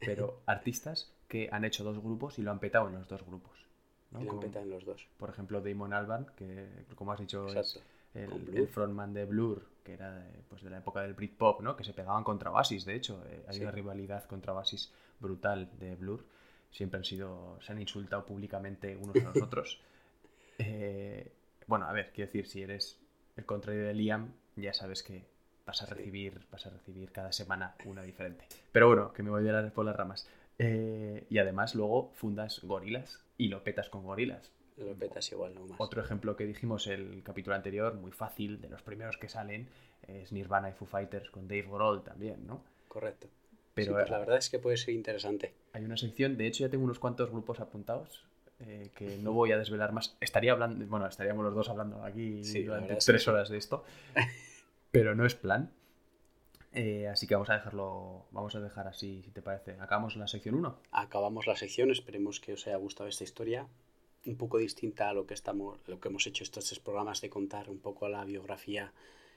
pero artistas que han hecho dos grupos y lo han petado en los dos grupos, ¿no?
Y lo han
Como,
petado en los dos.
por ejemplo, Damon Albarn, que como has dicho
Exacto.
es
Con
el,
Blur.
el frontman de Blur, que era de, pues de la época del Britpop, ¿no? Que se pegaban contra Oasis, de hecho. Eh, hay
Sí.
una rivalidad contra Oasis brutal de Blur. Siempre han sido, se han insultado públicamente unos a los otros. Eh, bueno, a ver, quiero decir, si eres el contrario de Liam, ya sabes que vas a recibir, sí. vas a recibir cada semana una diferente. Pero bueno, que me voy a ir por las ramas. Eh, y además luego fundas Gorillaz y lo petas con Gorillaz.
Lo petas igual, no más.
Otro ejemplo que dijimos el capítulo anterior, muy fácil, de los primeros que salen, es Nirvana y Foo Fighters con Dave Grohl también, ¿no?
Correcto.
Pero
sí, pues la verdad es que puede ser interesante.
Hay una sección, de hecho ya tengo unos cuantos grupos apuntados, eh, que no voy a desvelar más. Estaría hablando, bueno, estaríamos los dos hablando aquí sí, durante tres horas de esto, pero no es plan. Eh, así que vamos a dejarlo, vamos a dejar así, si te parece. ¿Acabamos la sección uno?
Acabamos la sección, esperemos que os haya gustado esta historia. Un poco distinta a lo que estamos, lo que hemos hecho estos tres programas de contar un poco la biografía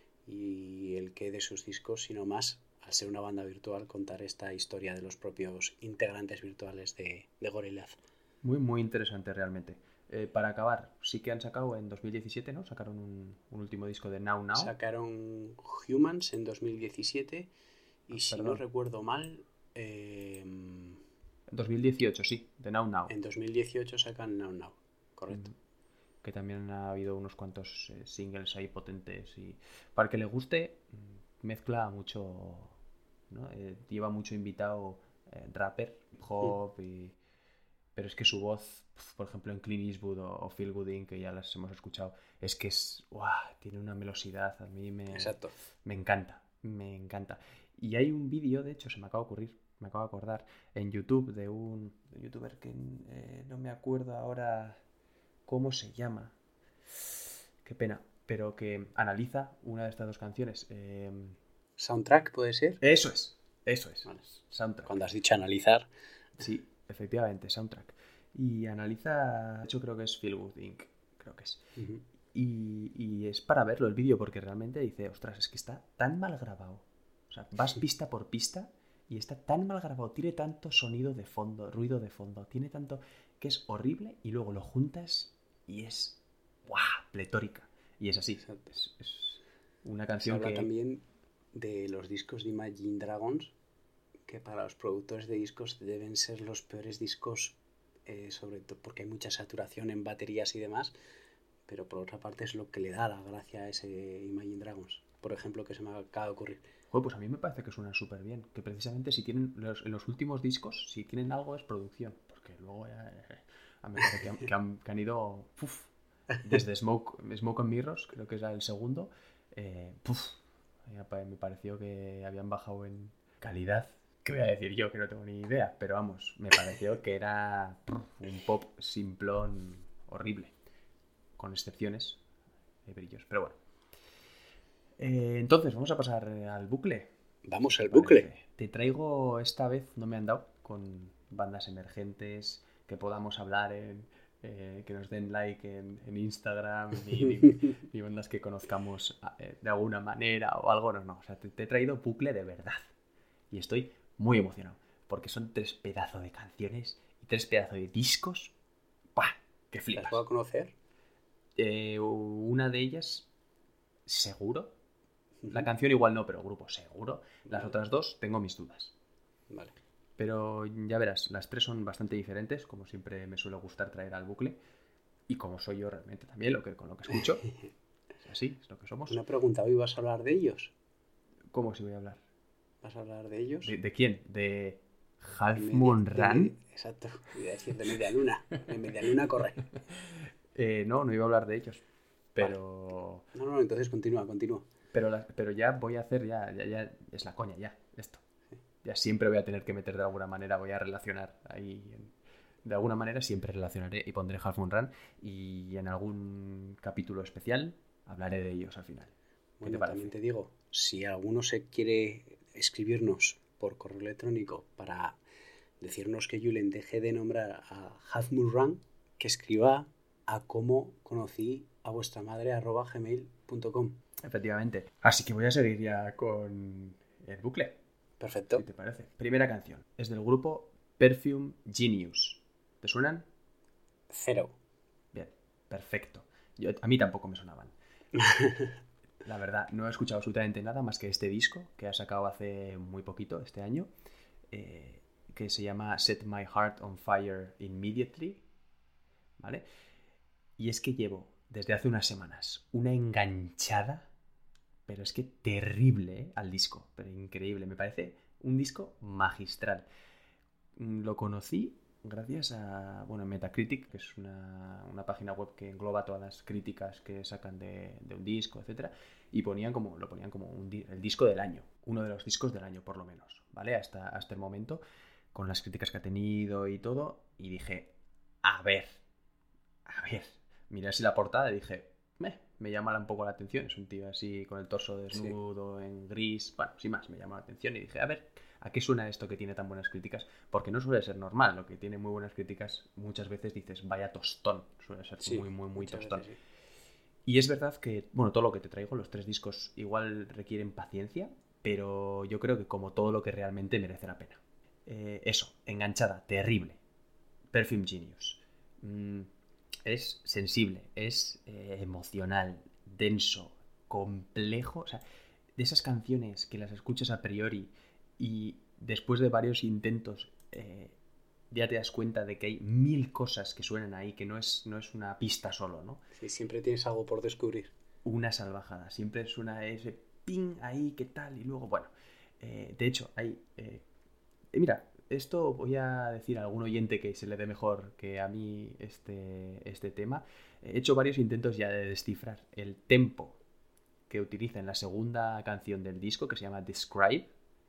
y el qué de sus discos, sino más, al ser una banda virtual, contar esta historia de los propios integrantes virtuales de, de Gorillaz.
Muy, muy interesante realmente. Eh, para acabar, sí que han sacado en dos mil diecisiete, ¿no? Sacaron un, un último disco de Now Now.
Sacaron Humans en dos mil diecisiete y ah, si
perdón.
no recuerdo mal... Eh,
dos mil dieciocho, sí, de Now Now.
En dos mil dieciocho sacan Now Now, correcto.
Mm, que también ha habido unos cuantos eh, singles ahí potentes y para el que le guste, mezcla mucho, ¿no? Eh, lleva mucho invitado eh, rapper, hip hop, mm. y... pero es que su voz, por ejemplo en Clint Eastwood o, o Feel Good Incorporated, que ya las hemos escuchado, es que es, ¡guau!, tiene una velocidad, a mí me,
Exacto.
me encanta, me encanta. Y hay un vídeo, de hecho, se me acaba de ocurrir, me acabo de acordar, en YouTube de un, de un youtuber que eh, no me acuerdo ahora cómo se llama, qué pena, pero que analiza una de estas dos canciones. Eh...
¿Soundtrack puede ser?
Eso es, eso es.
Vale.
Soundtrack.
Cuando has dicho analizar.
Sí, efectivamente, Soundtrack. Y analiza, de hecho creo que es Feel Good Incorporated, creo que es. Uh-huh. Y, y es para verlo el vídeo porque realmente dice, ostras, es que está tan mal grabado. O sea, vas pista por pista y está tan mal grabado, tiene tanto sonido de fondo, ruido de fondo, tiene tanto que es horrible y luego lo juntas y es ¡guau!, pletórica. Y es así, es, es una canción
Se habla
que...
también de los discos de Imagine Dragons, que para los productores de discos deben ser los peores discos, eh, sobre todo porque hay mucha saturación en baterías y demás, pero por otra parte es lo que le da la gracia a ese Imagine Dragons, por ejemplo, que se me acaba de ocurrir.
Joder, pues a mí me parece que suena súper bien, que precisamente si tienen los, en los últimos discos, si tienen algo es producción, porque luego ya, eh, me parece que han, que han, que han ido uf, desde Smoke, Smoke and Mirrors, creo que era el segundo, eh, uf, me pareció que habían bajado en calidad. ¿Qué voy a decir yo? Que no tengo ni idea, pero vamos, me pareció que era un pop simplón horrible, con excepciones de brillos, pero bueno. Eh, entonces, vamos a pasar al bucle.
Vamos al bucle.
Te traigo, esta vez no me han dado, con bandas emergentes, que podamos hablar, en, eh, que nos den like en, en Instagram, ni, ni, ni bandas que conozcamos eh, de alguna manera o algo, no, no. O sea, te, te he traído bucle de verdad. Y estoy muy emocionado, porque son tres pedazos de canciones y tres pedazos de discos. ¡Buah! ¡Qué flipas!
¿Las puedo conocer?
Eh, una de ellas, seguro. La canción igual no, pero grupo seguro. Las vale. Otras dos tengo mis dudas.
Vale.
Pero ya verás, las tres son bastante diferentes, como siempre me suele gustar traer al bucle. Y como soy yo realmente también, lo que, con lo que escucho. Es así, es lo que somos.
Una pregunta, ¿hoy vas a hablar de ellos?
¿Cómo si voy a hablar?
¿Vas a hablar de ellos?
¿De, de quién? ¿De Half Moon Run?
Exacto, iba a decir de Media Luna. De Media Luna corre.
eh, no, no iba a hablar de ellos. Pero...
Vale. No, no, entonces continúa, continúa.
Pero, la, pero ya voy a hacer, ya, ya, ya es la coña, ya, esto. Sí. Ya siempre voy a tener que meter de alguna manera, voy a relacionar ahí. En, de alguna manera siempre relacionaré y pondré Half Moon Run y en algún capítulo especial hablaré de ellos al final.
Bueno, te también te digo, si alguno se quiere escribirnos por correo electrónico para decirnos que Julen deje de nombrar a Half Moon Run, que escriba a cómo conocí a vuestra madre arroba gmail punto com.
Efectivamente. Así que voy a seguir ya con el bucle.
Perfecto.
¿Qué te parece? Primera canción. Es del grupo Perfume Genius. ¿Te suenan?
Cero.
Bien, perfecto. Yo, a mí tampoco me sonaban. La verdad, no he escuchado absolutamente nada más que este disco que ha sacado hace muy poquito, este año, eh, que se llama Set My Heart on Fire Immediately. ¿Vale? Y es que llevo desde hace unas semanas una enganchada, pero es que terrible, ¿eh? Al disco, pero increíble. Me parece un disco magistral. Lo conocí gracias a, bueno, Metacritic, que es una, una página web que engloba todas las críticas que sacan de, de un disco, etcétera, y ponían como, lo ponían como un, el disco del año, uno de los discos del año por lo menos, ¿vale? Hasta, hasta el momento, con las críticas que ha tenido y todo, y dije, a ver, a ver, miré así la portada y dije, me, me llama un poco la atención, es un tío así con el torso desnudo, sí, en gris, bueno, sin más, me llamó la atención y dije, a ver, ¿a qué suena esto que tiene tan buenas críticas? Porque no suele ser normal, lo que tiene muy buenas críticas muchas veces dices, vaya tostón, suele ser sí, muy, muy, muy tostón. Veces, sí. Y es verdad que, bueno, todo lo que te traigo, los tres discos igual requieren paciencia, pero yo creo que como todo lo que realmente merece la pena. Eh, eso, enganchada, terrible. Perfume Genius. Mm, es sensible, es eh, emocional, denso, complejo, o sea, de esas canciones que las escuchas a priori y después de varios intentos eh, ya te das cuenta de que hay mil cosas que suenan ahí, que no es, no es una pista solo, ¿no?
Sí, siempre tienes algo por descubrir.
Una salvajada, siempre suena ese ping ahí, ¿qué tal? Y luego, bueno, eh, de hecho, hay... Eh, mira, esto voy a decir a algún oyente que se le dé mejor que a mí este, este tema. He hecho varios intentos ya de descifrar el tempo que utiliza en la segunda canción del disco, que se llama Describe,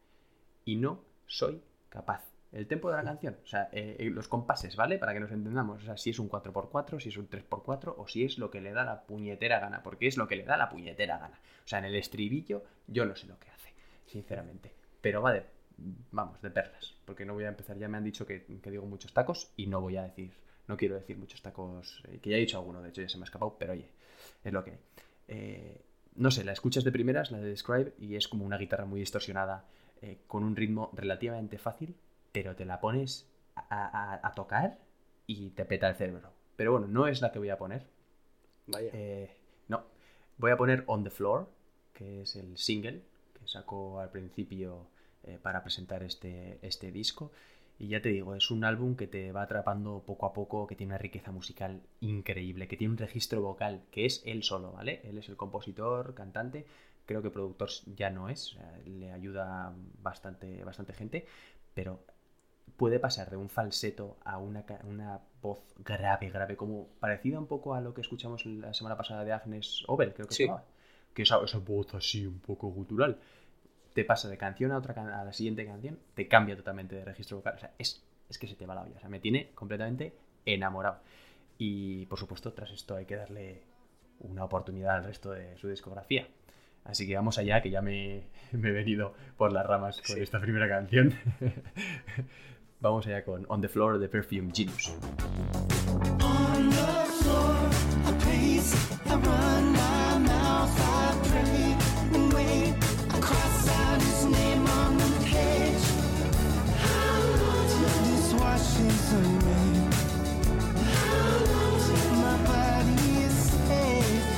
y no soy capaz. El tempo de la canción, o sea, eh, los compases, ¿vale? Para que nos entendamos, o sea, si es un cuatro por cuatro, si es un tres por cuatro o si es lo que le da la puñetera gana, porque es lo que le da la puñetera gana. O sea, en el estribillo yo no sé lo que hace, sinceramente. Pero va de, vamos, de perlas, porque no voy a empezar, ya me han dicho que, que digo muchos tacos y no voy a decir, no quiero decir muchos tacos, eh, que ya he dicho alguno, de hecho ya se me ha escapado, pero oye, es lo que hay. Eh, no sé, la escuchas de primeras, la de Describe, y es como una guitarra muy distorsionada, eh, con un ritmo relativamente fácil, pero te la pones a, a, a tocar y te peta el cerebro. Pero bueno, no es la que voy a poner.
Vaya.
Eh, no. Voy a poner On the Floor, que es el single que sacó al principio eh, para presentar este, este disco. Y ya te digo, es un álbum que te va atrapando poco a poco, que tiene una riqueza musical increíble, que tiene un registro vocal, que es él solo, ¿vale? Él es el compositor, cantante, creo que productor ya no es, o sea, le ayuda bastante, bastante gente, pero puede pasar de un falseto a una, una voz grave, grave, como parecida un poco a lo que escuchamos la semana pasada de Agnes Obel, creo que
sí.
se llamaba, que esa, esa voz así un poco gutural. Te pasa de canción a otra a la siguiente canción, te cambia totalmente de registro vocal. O sea, es, es que se te va la olla. O sea, me tiene completamente enamorado. Y por supuesto, tras esto hay que darle una oportunidad al resto de su discografía. Así que vamos allá, que ya me, me he venido por las ramas con sí. esta primera canción. Vamos allá con On the Floor de Perfume Genius. On the floor, a place I run my mouth, I pray and wait. Cross out his name on the page. This washes away. My body is safe.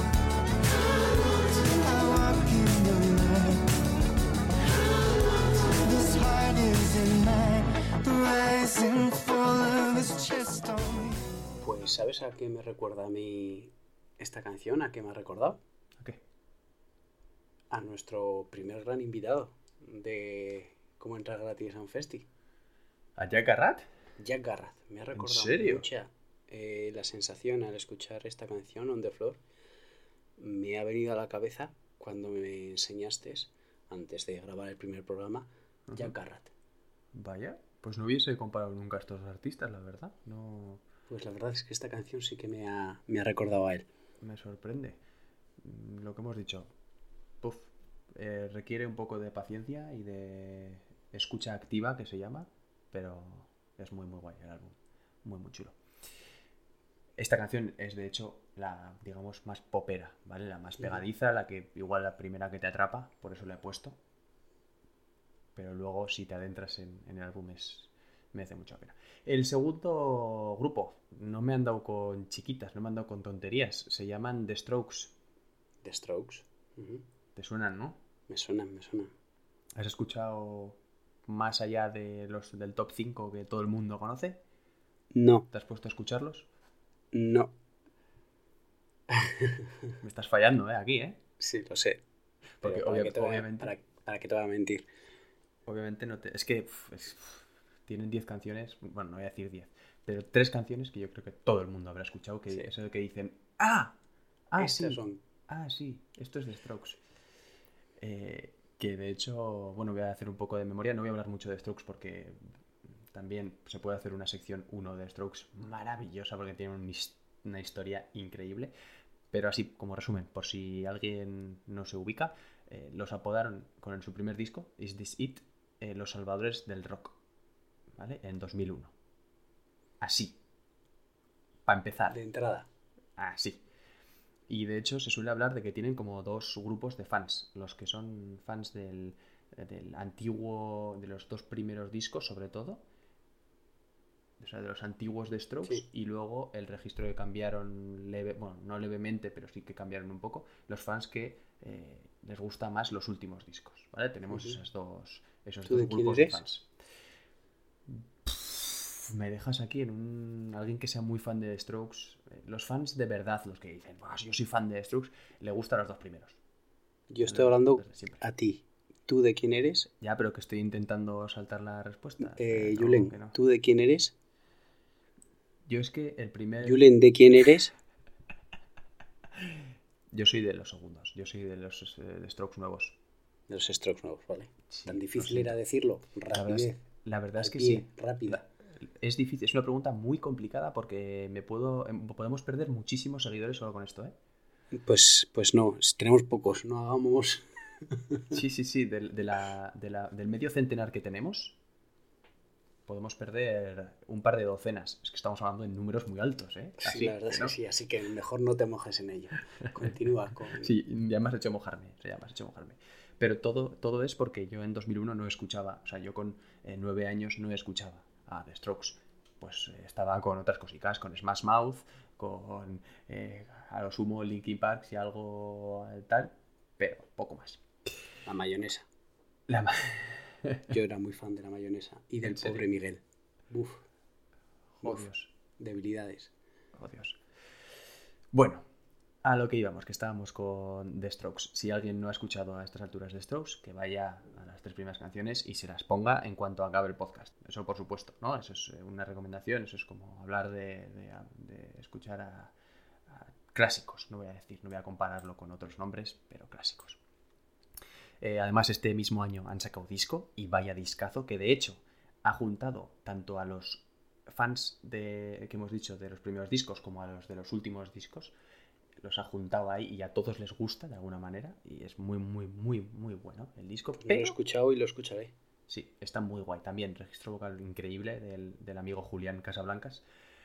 I walk in the light. This heart is in mine. Rise and fall of his chest on me.
Pues ¿sabes a qué me recuerda a mí esta canción? ¿A qué me ha recordado?
¿A qué?
A nuestro primer gran invitado de Cómo entrar gratis a un festi.
¿A Jack Garratt?
Jack Garratt. Me ha recordado
¿En serio?
mucha eh, la sensación al escuchar esta canción, On the Floor. Me ha venido a la cabeza cuando me enseñaste, antes de grabar el primer programa, uh-huh. Jack Garratt.
Vaya, pues no hubiese comparado nunca a estos artistas, la verdad. No.
Pues la verdad es que esta canción sí que me ha, me ha recordado a él.
Me sorprende. Lo que hemos dicho. Puf. Eh, requiere un poco de paciencia y de escucha activa, que se llama, pero es muy muy guay el álbum, muy muy chulo. Esta canción es de hecho la, digamos, más popera, ¿vale? La más pegadiza, la que igual la primera que te atrapa, por eso la he puesto. pero luego si te adentras en, en el álbum es, merece mucha pena. El segundo grupo, no me han dado con chiquitas, no me han dado con tonterías, se llaman The Strokes.
The Strokes. Uh-huh.
¿Te suenan, no?
Me suenan, me suenan.
¿Has escuchado más allá de los del top cinco que todo el mundo conoce?
No.
¿Te has puesto a escucharlos?
No.
Me estás fallando, ¿eh? Aquí, ¿eh?
Sí, lo sé.
Porque
para,
obvia-
que te voy a,
obviamente...
para, para que te voy a mentir.
Obviamente no te... Es que uf, es- uf, tienen diez canciones, bueno, no voy a decir diez, pero tres canciones que yo creo que todo el mundo habrá escuchado, que
Sí.
eso de que dicen, ¡ah! ¡Ah,
Estas
sí!
son.
Ah, sí, esto es de Strokes. Eh, que de hecho, bueno, voy a hacer un poco de memoria, no voy a hablar mucho de Strokes porque también se puede hacer una sección uno de Strokes maravillosa porque tiene un his- una historia increíble, pero así como resumen, por si alguien no se ubica, eh, los apodaron con su primer disco, Is This It, eh, los salvadores del rock, ¿vale? En dos mil uno. Así. Para empezar.
De entrada.
Así. Y de hecho se suele hablar de que tienen como dos grupos de fans. Los que son fans del, del antiguo, de los dos primeros discos sobre todo. O sea, de los antiguos de Strokes.
Sí.
Y luego el registro que cambiaron leve, bueno, no levemente, pero sí que cambiaron un poco. Los fans que eh, les gusta más los últimos discos, ¿vale? Tenemos
Ujú.
esas dos, esos
¿Tú
dos
de quién
grupos de
eres?
fans. Me dejas aquí en un alguien que sea muy fan de The Strokes. Eh, Los fans de verdad, los que dicen, "Buah, yo soy fan de The Strokes", le gustan los dos primeros.
Yo estoy hablando
Desde siempre.
a ti. ¿Tú de quién eres?
Ya, pero que estoy intentando saltar la respuesta.
Eh,
No,
Julen,
que no.
¿tú de quién eres?
Yo es que el primer...
Julen, ¿de quién eres?
Yo soy de los segundos. Yo soy de los eh, de Strokes nuevos.
De los Strokes nuevos, ¿vale?
Sí,
Tan
lo
difícil
siento.
era decirlo.
La verdad
Rapidez.
es, la verdad es
Al
que
pie,
sí.
rápida.
Es difícil, es una pregunta muy complicada porque me puedo, em, podemos perder muchísimos seguidores solo con esto, ¿eh?
Pues, pues no, tenemos pocos. No hagamos...
Sí, sí, sí, del, de la, de la- del medio centenar que tenemos, podemos perder un par de docenas. Es que estamos hablando de números muy altos, ¿eh?
Sí,
Así,
la verdad es
¿no?
que sí, así que mejor no te mojes en ello. Continúa con...
Sí, ya me has hecho mojarme, ya me has hecho mojarme. Pero todo, todo es porque yo en dos mil uno no escuchaba, o sea, yo con eh, nueve años no escuchaba a The Strokes. Pues eh, estaba con otras cositas, con Smash Mouth, con eh, a lo sumo Linkin Park y algo eh, tal, pero poco más.
La mayonesa.
La ma-
Yo era muy fan de la mayonesa. Y del
¿En serio?
pobre Miguel. Uf,
Oh,
Uf.
Dios.
debilidades.
Oh, Dios. Bueno, a lo que íbamos, que estábamos con The Strokes. Si alguien no ha escuchado a estas alturas The Strokes, que vaya a las tres primeras canciones y se las ponga en cuanto acabe el podcast. Eso por supuesto, ¿no? Eso es eh, una recomendación, eso es como hablar de, de- de escuchar a, a clásicos, no voy a decir, no voy a compararlo con otros nombres, pero clásicos. Eh, además, este mismo año han sacado disco y vaya discazo, que de hecho ha juntado tanto a los fans de, que hemos dicho de los primeros discos como a los de los últimos discos. Los ha juntado ahí y a todos les gusta de alguna manera y es muy, muy, muy, muy bueno el disco.
Lo he
Pero
escuchado y lo escucharé.
sí, está muy guay. También registro vocal increíble del, del amigo Julián Casablancas.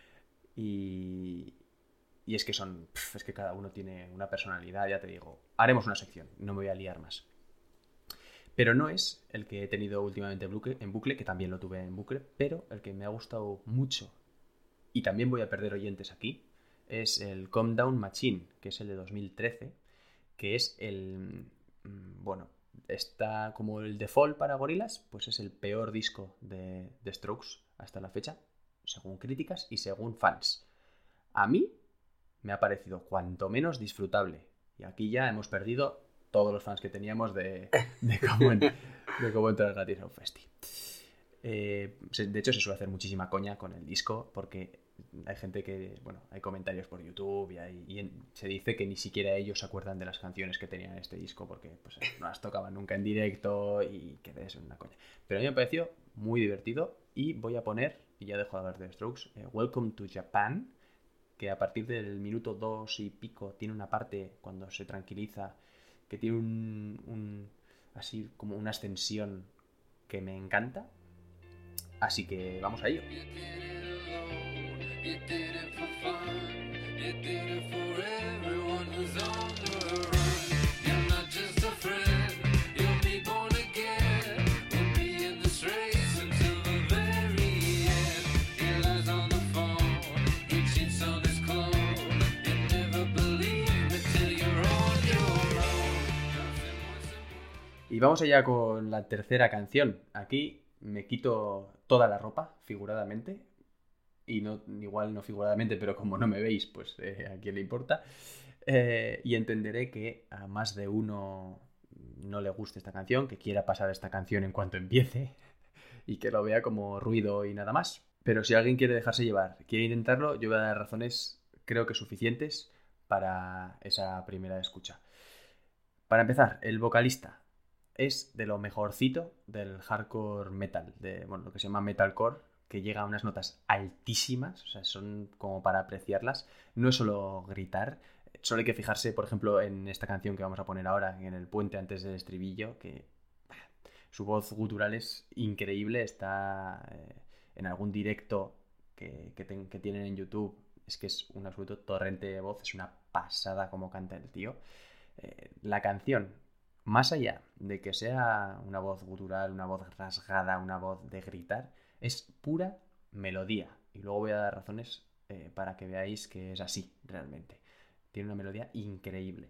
Y, y es que son, pf, es que cada uno tiene una personalidad, ya te digo. Haremos una sección, no me voy a liar más. Pero no es el que he tenido últimamente en bucle, en bucle, que también lo tuve en bucle, pero el que me ha gustado mucho, y también voy a perder oyentes aquí, es el Calm Down Machine, que es el de dos mil trece, que es el... mm, bueno, está como el default para Gorillaz, pues es el peor disco de, de Strokes hasta la fecha, según críticas y según fans. A mí me ha parecido cuanto menos disfrutable. Y aquí ya hemos perdido todos los fans que teníamos de, de, cómo, en- de cómo entrar gratis a un festi. Eh, se- de hecho, se suele hacer muchísima coña con el disco porque hay gente que, bueno, hay comentarios por YouTube y, hay- y en- se dice que ni siquiera ellos se acuerdan de las canciones que tenían en este disco porque pues, no las tocaban nunca en directo y que es una coña. Pero a mí me pareció muy divertido y voy a poner, y ya dejo de hablar de Strokes, eh, Welcome to Japan, que a partir del minuto dos y pico tiene una parte cuando se tranquiliza que tiene un, un así como una ascensión que me encanta. Así que vamos a ello.
You did it for fun, you did it for everyone who's on the run. You're not just a friend, you'll be born again. We'll be
vamos allá con la tercera canción. Aquí me quito toda la ropa, figuradamente. Y no, igual no figuradamente, pero como no me veis, pues eh, a quién le importa. Eh, y entenderé que a más de uno no le guste esta canción, que quiera pasar esta canción en cuanto empiece y que lo vea como ruido y nada más. Pero si alguien quiere dejarse llevar, quiere intentarlo, yo voy a dar razones, creo que suficientes para esa primera escucha. Para empezar, el vocalista es de lo mejorcito del hardcore metal, de bueno, lo que se llama metalcore, que llega a unas notas altísimas, o sea, son como para apreciarlas. No es solo gritar, solo hay que fijarse, por ejemplo, en esta canción que vamos a poner ahora, en el puente antes del estribillo, que su voz gutural es increíble, está eh, en algún directo que, que, ten, que tienen en YouTube, es que es un absoluto torrente de voz, es una pasada como canta el tío. Eh, la canción, más allá de que sea una voz gutural, una voz rasgada, una voz de gritar, es pura melodía. Y luego voy a dar razones eh, para que veáis que es así, realmente. Tiene una melodía increíble.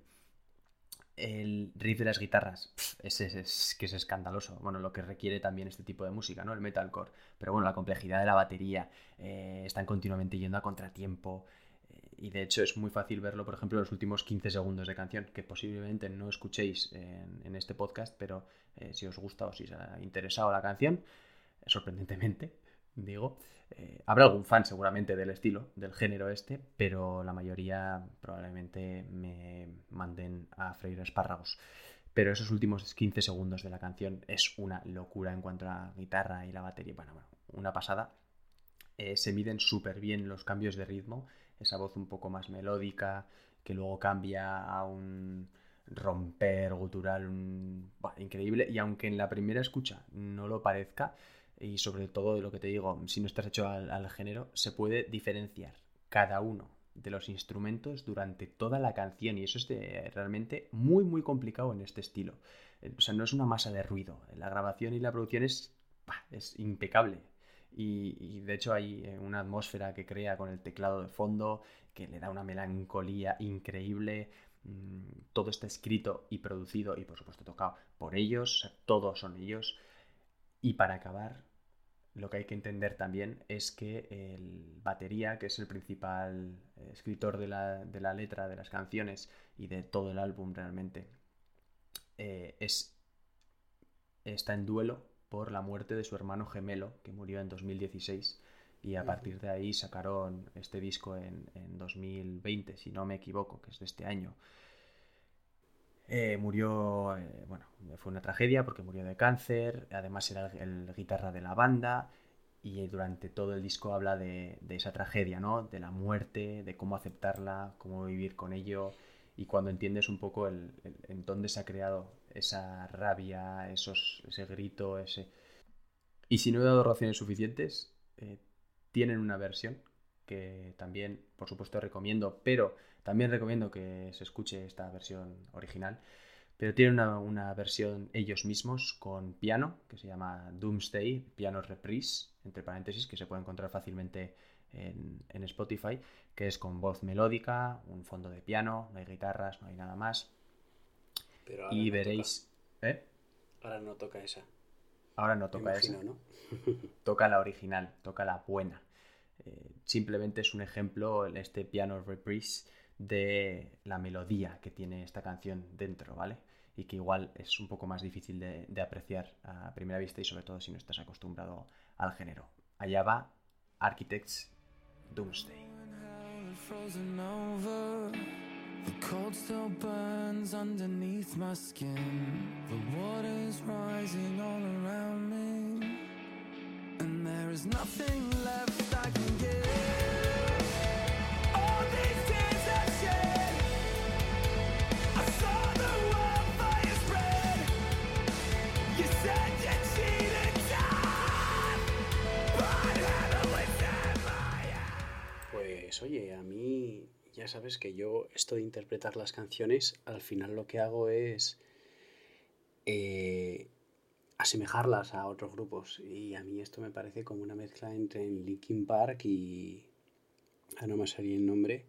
El riff de las guitarras, pff, es, es, es que es escandaloso. Bueno, lo que requiere también este tipo de música, ¿no? El metalcore. Pero bueno, la complejidad de la batería, eh, están continuamente yendo a contratiempo. Y de hecho es muy fácil verlo, por ejemplo, en los últimos quince segundos de canción, que posiblemente no escuchéis en, en este podcast, pero eh, si os gusta o si os ha interesado la canción, eh, sorprendentemente, digo, eh, habrá algún fan seguramente del estilo, del género este, pero la mayoría probablemente me manden a freír espárragos. Pero esos últimos quince segundos de la canción es una locura en cuanto a la guitarra y la batería. Bueno, bueno, una pasada. Eh, se miden súper bien los cambios de ritmo, esa voz un poco más melódica, que luego cambia a un romper gutural, un... Bah, increíble. Y aunque en la primera escucha no lo parezca, y sobre todo lo que te digo, si no estás hecho al, al género, se puede diferenciar cada uno de los instrumentos durante toda la canción, y eso es de, realmente muy muy complicado en este estilo. O sea, no es una masa de ruido, la grabación y la producción es, bah, es impecable. Y, y de hecho hay una atmósfera que crea con el teclado de fondo que le da una melancolía increíble. Todo está escrito y producido y por supuesto tocado por ellos, o sea, todos son ellos. Y para acabar, lo que hay que entender también es que el batería, que es el principal escritor de la, de la letra de las canciones y de todo el álbum realmente, eh, es, está en duelo por la muerte de su hermano gemelo, que murió en dos mil dieciséis, y a partir de ahí sacaron este disco en, en dos mil veinte, si no me equivoco, que es de este año. Eh, murió, eh, bueno, fue una tragedia porque murió de cáncer, además era el, el guitarra de la banda, y durante todo el disco habla de, de esa tragedia, ¿no? De la muerte, de cómo aceptarla, cómo vivir con ello, y cuando entiendes un poco el, el, en dónde se ha creado esa rabia, esos, ese grito, ese... Y si no he dado razones suficientes, eh, tienen una versión que también, por supuesto, recomiendo, pero también recomiendo que se escuche esta versión original. Pero tienen una, una versión ellos mismos con piano, que se llama Doomsday, piano reprise, entre paréntesis, que se puede encontrar fácilmente en, en Spotify, que es con voz melódica, un fondo de piano, no hay guitarras, no hay nada más.
Pero ahora
y
no
veréis...
toca.
¿Eh?
Ahora no toca esa.
Ahora no toca
imagino,
esa.
¿no?
Toca la original, toca la buena. Eh, simplemente es un ejemplo, este piano reprise, de la melodía que tiene esta canción dentro, ¿vale? Y que igual es un poco más difícil de, de apreciar a primera vista y sobre todo si no estás acostumbrado al género. Allá va Architects Doomsday.
Frozen over. The cold still burns underneath my skin. The water's rising all around me, and there is nothing left I can give. All these tears I've shed, I saw the wildfire spread. You said you cheated time, but heaven was in my eyes.
Pues oye, a mí ya sabes que yo esto de interpretar las canciones, al final lo que hago es eh, asemejarlas a otros grupos, y a mí esto me parece como una mezcla entre Linkin Park y, ah, no me salía el nombre,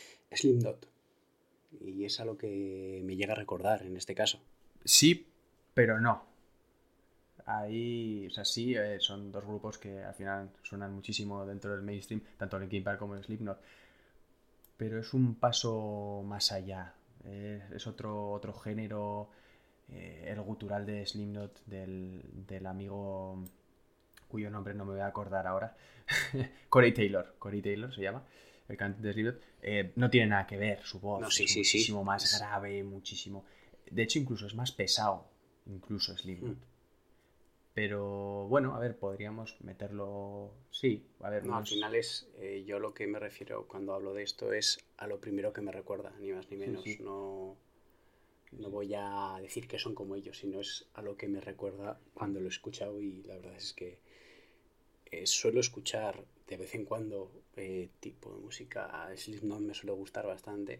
Slipknot, y es a lo que me llega a recordar en este caso.
Sí, pero no. Ahí, o sea, sí, eh, son dos grupos que al final suenan muchísimo dentro del mainstream, tanto Linkin Park como Slipknot. Pero es un paso más allá. Eh, es otro, otro género, eh, el gutural de Slipknot, del, del amigo cuyo nombre no me voy a acordar ahora, Corey Taylor, Corey Taylor se llama, el cantante de Slipknot, eh, no tiene nada que ver su voz,
No, sí,
es
sí, sí.
muchísimo más
Es-
grave, muchísimo... De hecho, incluso es más pesado, incluso Slipknot.
Mm.
Pero bueno, a ver, podríamos meterlo... Sí, a ver,
No, al
unos-
final es, eh, yo lo que me refiero cuando hablo de esto es a lo primero que me recuerda, ni más ni
Sí,
menos.
sí.
No, no voy a decir que son como ellos, sino es a lo que me recuerda cuando lo he escuchado y la verdad es que eh, suelo escuchar de vez en cuando eh, tipo de música. Slipknot me suele gustar bastante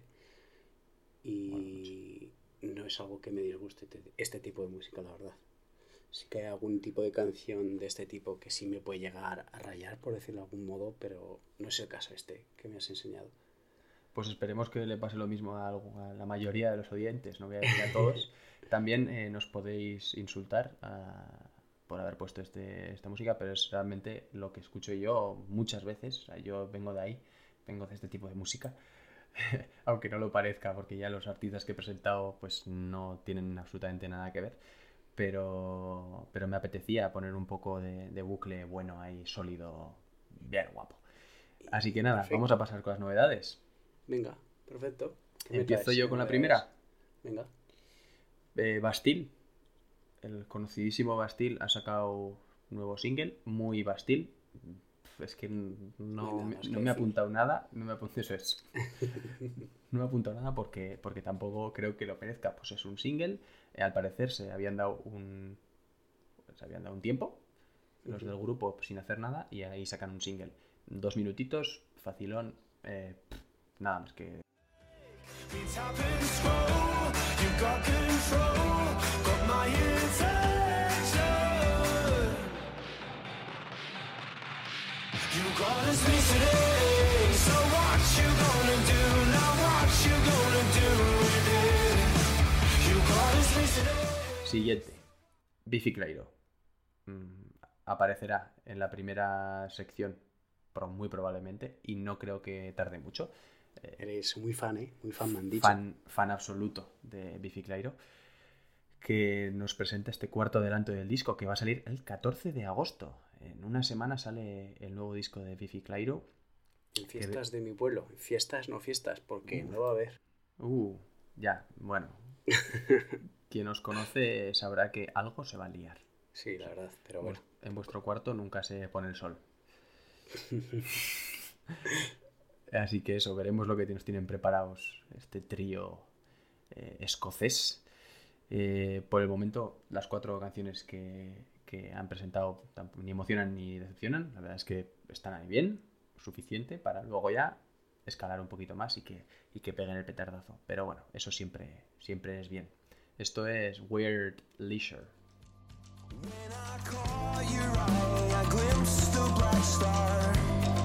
y no es algo que me disguste te- este tipo de música, la verdad. Sí que hay algún tipo de canción de este tipo que sí me puede llegar a rayar, por decirlo de algún modo, pero no es el caso este que me has enseñado.
Pues esperemos que le pase lo mismo a, algu- a la mayoría de los oyentes, no voy a decir a todos. También eh, nos podéis insultar a- por haber puesto este, esta música, pero es realmente lo que escucho yo muchas veces. O sea, yo vengo de ahí, vengo de este tipo de música, aunque no lo parezca, porque ya los artistas que he presentado pues no tienen absolutamente nada que ver. Pero, pero me apetecía poner un poco de, de bucle bueno ahí, sólido, bien guapo. Así que nada,
Perfecto.
vamos a pasar con las novedades.
Venga, perfecto. ¿Qué me
Empiezo
traes?
yo
¿Qué
con la
novedades?
primera.
Venga.
Eh, Bastille, el conocidísimo Bastille ha sacado un nuevo single, muy Bastille. Pf, Es que n-
No hay
no,
nada
me-
más que
no me he
decir.
apuntado nada, no me he apuntado, eso es. No me he apuntado nada porque, porque tampoco creo que lo merezca. Pues es un single, eh, al parecer se habían dado un, se habían dado un tiempo los del grupo sin hacer nada y ahí sacan un single. Dos minutitos, facilón, eh, pf, nada más que...
We tap and scroll, you got control, got my attention. You got us today, so what you gonna do now? What you gonna do with it? You got us today.
Siguiente, Biffy Clyro. Mm, aparecerá en la primera sección, pero muy probablemente, y no creo que tarde mucho. Eh,
Eres muy fan, ¿eh? Muy fan, me han dicho.
fan, fan absoluto de Biffy Clyro, que nos presenta este cuarto adelanto del disco que va a salir el catorce de agosto. En una semana sale el nuevo disco de Biffy Clyro.
En fiestas de mi pueblo. En fiestas, no fiestas, porque no va a haber.
Uh, ya, bueno. Quien os conoce sabrá que algo se va a liar.
Sí, la verdad, pero bueno.
En vuestro cuarto nunca se pone el sol. Así que eso, veremos lo que nos tienen preparados este trío eh, escocés. Eh, por el momento, las cuatro canciones que, que han presentado tampoco ni emocionan ni decepcionan. La verdad es que están ahí bien, suficiente para luego ya escalar un poquito más y que, y que peguen el petardazo. Pero bueno, eso siempre, siempre es bien. Esto es Weird Leisure.
When I caught your eye, I glimpsed a bright star.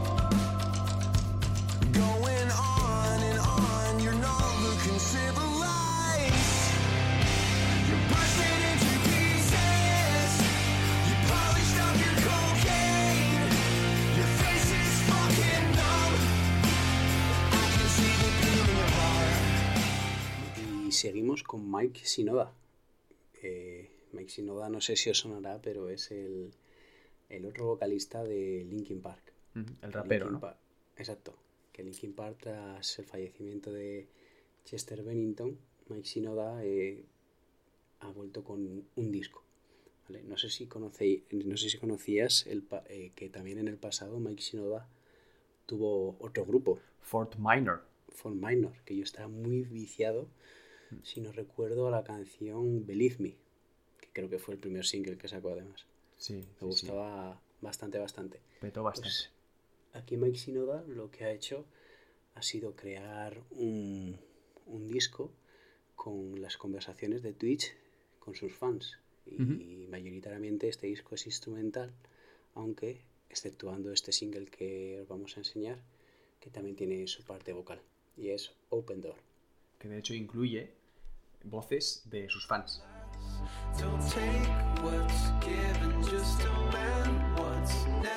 Going on and on, you're not looking civilized. You're bursting into pieces. You polished up your cocaine. Your face is fucking numb. I can see the pain in your heart.
Y seguimos con Mike Shinoda. Eh, Mike Shinoda, no sé si os sonará, pero es el, el otro vocalista de Linkin Park.
El rapero,
Linkin
¿no?
Park- Exacto. Que Linkin Park, tras el fallecimiento de Chester Bennington, Mike Shinoda eh, ha vuelto con un disco. ¿Vale? No sé si conocéis, no sé si conocías el, pa- eh, que también en el pasado Mike Shinoda tuvo otro grupo,
Fort Minor.
Fort Minor, que yo estaba muy viciado, si no recuerdo, a la canción Believe Me, que creo que fue el primer single que sacó además.
Sí,
Me
sí, sí.
gustaba bastante, bastante.
Petó bastante.
Pues aquí Mike Shinoda lo que ha hecho ha sido crear un, un disco con las conversaciones de Twitch con sus fans. Y
Ujú.
mayoritariamente este disco es instrumental, aunque exceptuando este single que os vamos a enseñar, que también tiene su parte vocal, y es Open Door.
Que de hecho incluye voces de sus fans.
Don't take what's given, just demand what's next.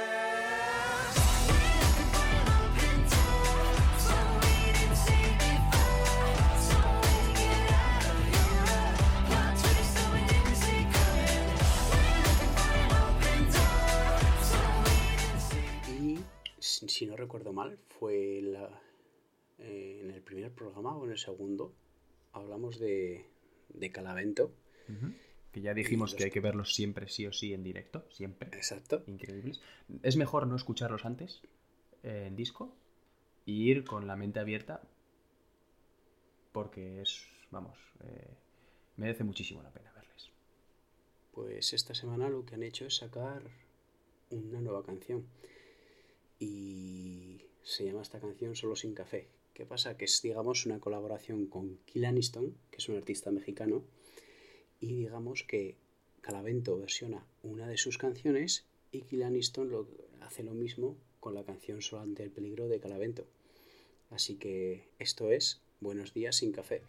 Si no recuerdo mal, fue la, eh, en el primer programa o en el segundo, hablamos de, de Calavento.
Uh-huh. Que ya dijimos
los...
que hay que verlos siempre, sí o sí, en directo, siempre.
Exacto.
Increíbles. Es mejor no escucharlos antes, eh, en disco, y ir con la mente abierta, porque es, vamos, eh, merece muchísimo la pena verles.
Pues esta semana lo que han hecho es sacar una nueva canción. Y se llama esta canción Solo sin café. ¿Qué pasa? Que es, digamos, una colaboración con Kill Aniston, que es un artista mexicano, y digamos que Calavento versiona una de sus canciones y Kill Aniston lo, hace lo mismo con la canción Solo ante el peligro de Calavento. Así que esto es Buenos días sin café.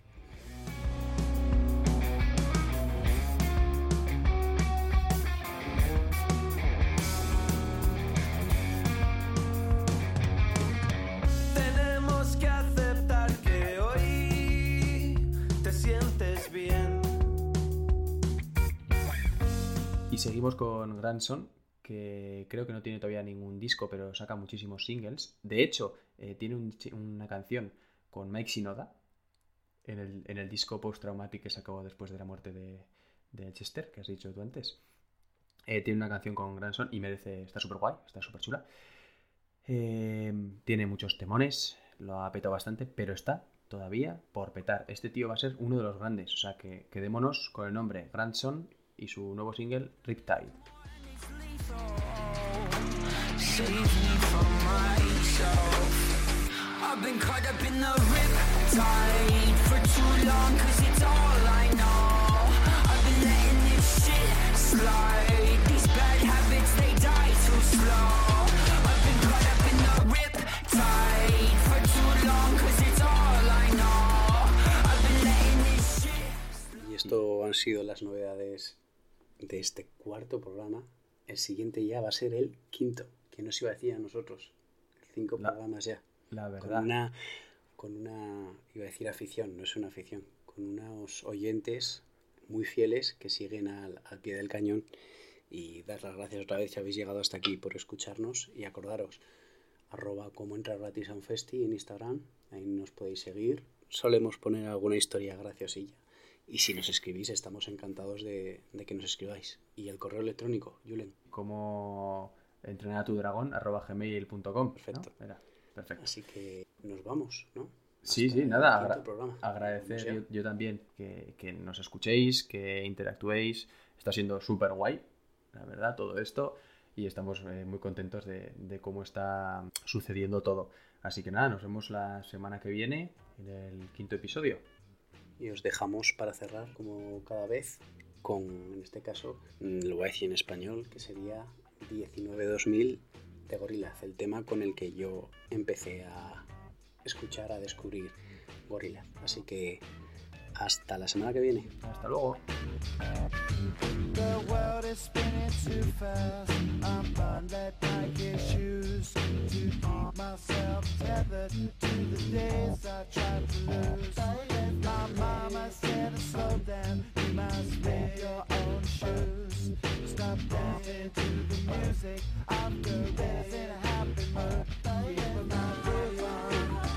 Y seguimos con Grandson, que creo que no tiene todavía ningún disco, pero saca muchísimos singles. De hecho, eh, tiene un, una canción con Mike Shinoda en el, en el disco Post Traumatic que sacó después de la muerte de, de Chester, que has dicho tú antes. Eh, tiene una canción con Grandson y merece, está súper guay, está súper chula. Eh, tiene muchos temones, lo ha petado bastante, pero está todavía por petar. Este tío va a ser uno de los grandes, o sea que quedémonos con el nombre Grandson y su nuevo single Riptide.
Y esto han sido las novedades de este cuarto programa. El siguiente ya va a ser el quinto, que nos iba a decir a nosotros. Cinco la, programas ya.
La verdad.
Con una, con una, iba a decir afición, no es una afición, con unos oyentes muy fieles que siguen al, al pie del cañón. Y dar las gracias otra vez si habéis llegado hasta aquí por escucharnos. Y acordaros, arroba como entra gratis a un festi en Instagram, ahí nos podéis seguir. Solemos poner alguna historia graciosilla. Y si nos escribís, estamos encantados de, de que nos escribáis. Y el correo electrónico, Julen.
Como entrenar a tu dragón, arroba gmail punto com.
Perfecto.
¿No? Era, perfecto.
Así que nos vamos, ¿no? Hasta
sí, sí, nada. Agra
programa.
Agradecer yo, yo también que, que nos escuchéis, que interactuéis. Está siendo súper guay, la verdad, todo esto. Y estamos eh, muy contentos de, de cómo está sucediendo todo. Así que nada, nos vemos la semana que viene en el quinto episodio.
Y os dejamos para cerrar, como cada vez, con, en este caso, lo voy a decir en español, que sería diecinueve dos mil de Gorillaz, el tema con el que yo empecé a escuchar, a descubrir Gorillaz. Así que hasta la semana que viene.
Hasta luego.
The world is spinning too fast. I'm unled Nike shoes to keep myself tethered to the days I tried to lose. My mama said to slow down, you must make your own shoes. Stop dancing to the music of the days in a happy mood. Keep my groove on.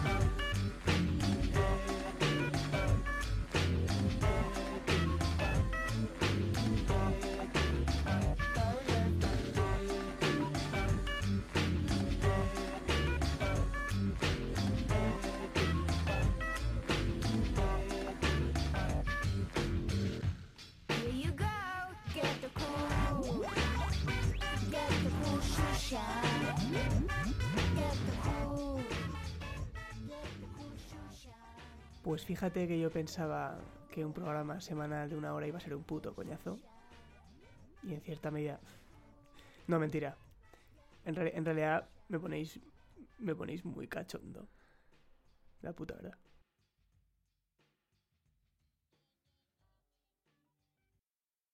Pues fíjate que yo pensaba que un programa semanal de una hora iba a ser un puto coñazo. Y en cierta medida... No, mentira. En, re en realidad me ponéis, me ponéis muy cachondo. La puta verdad.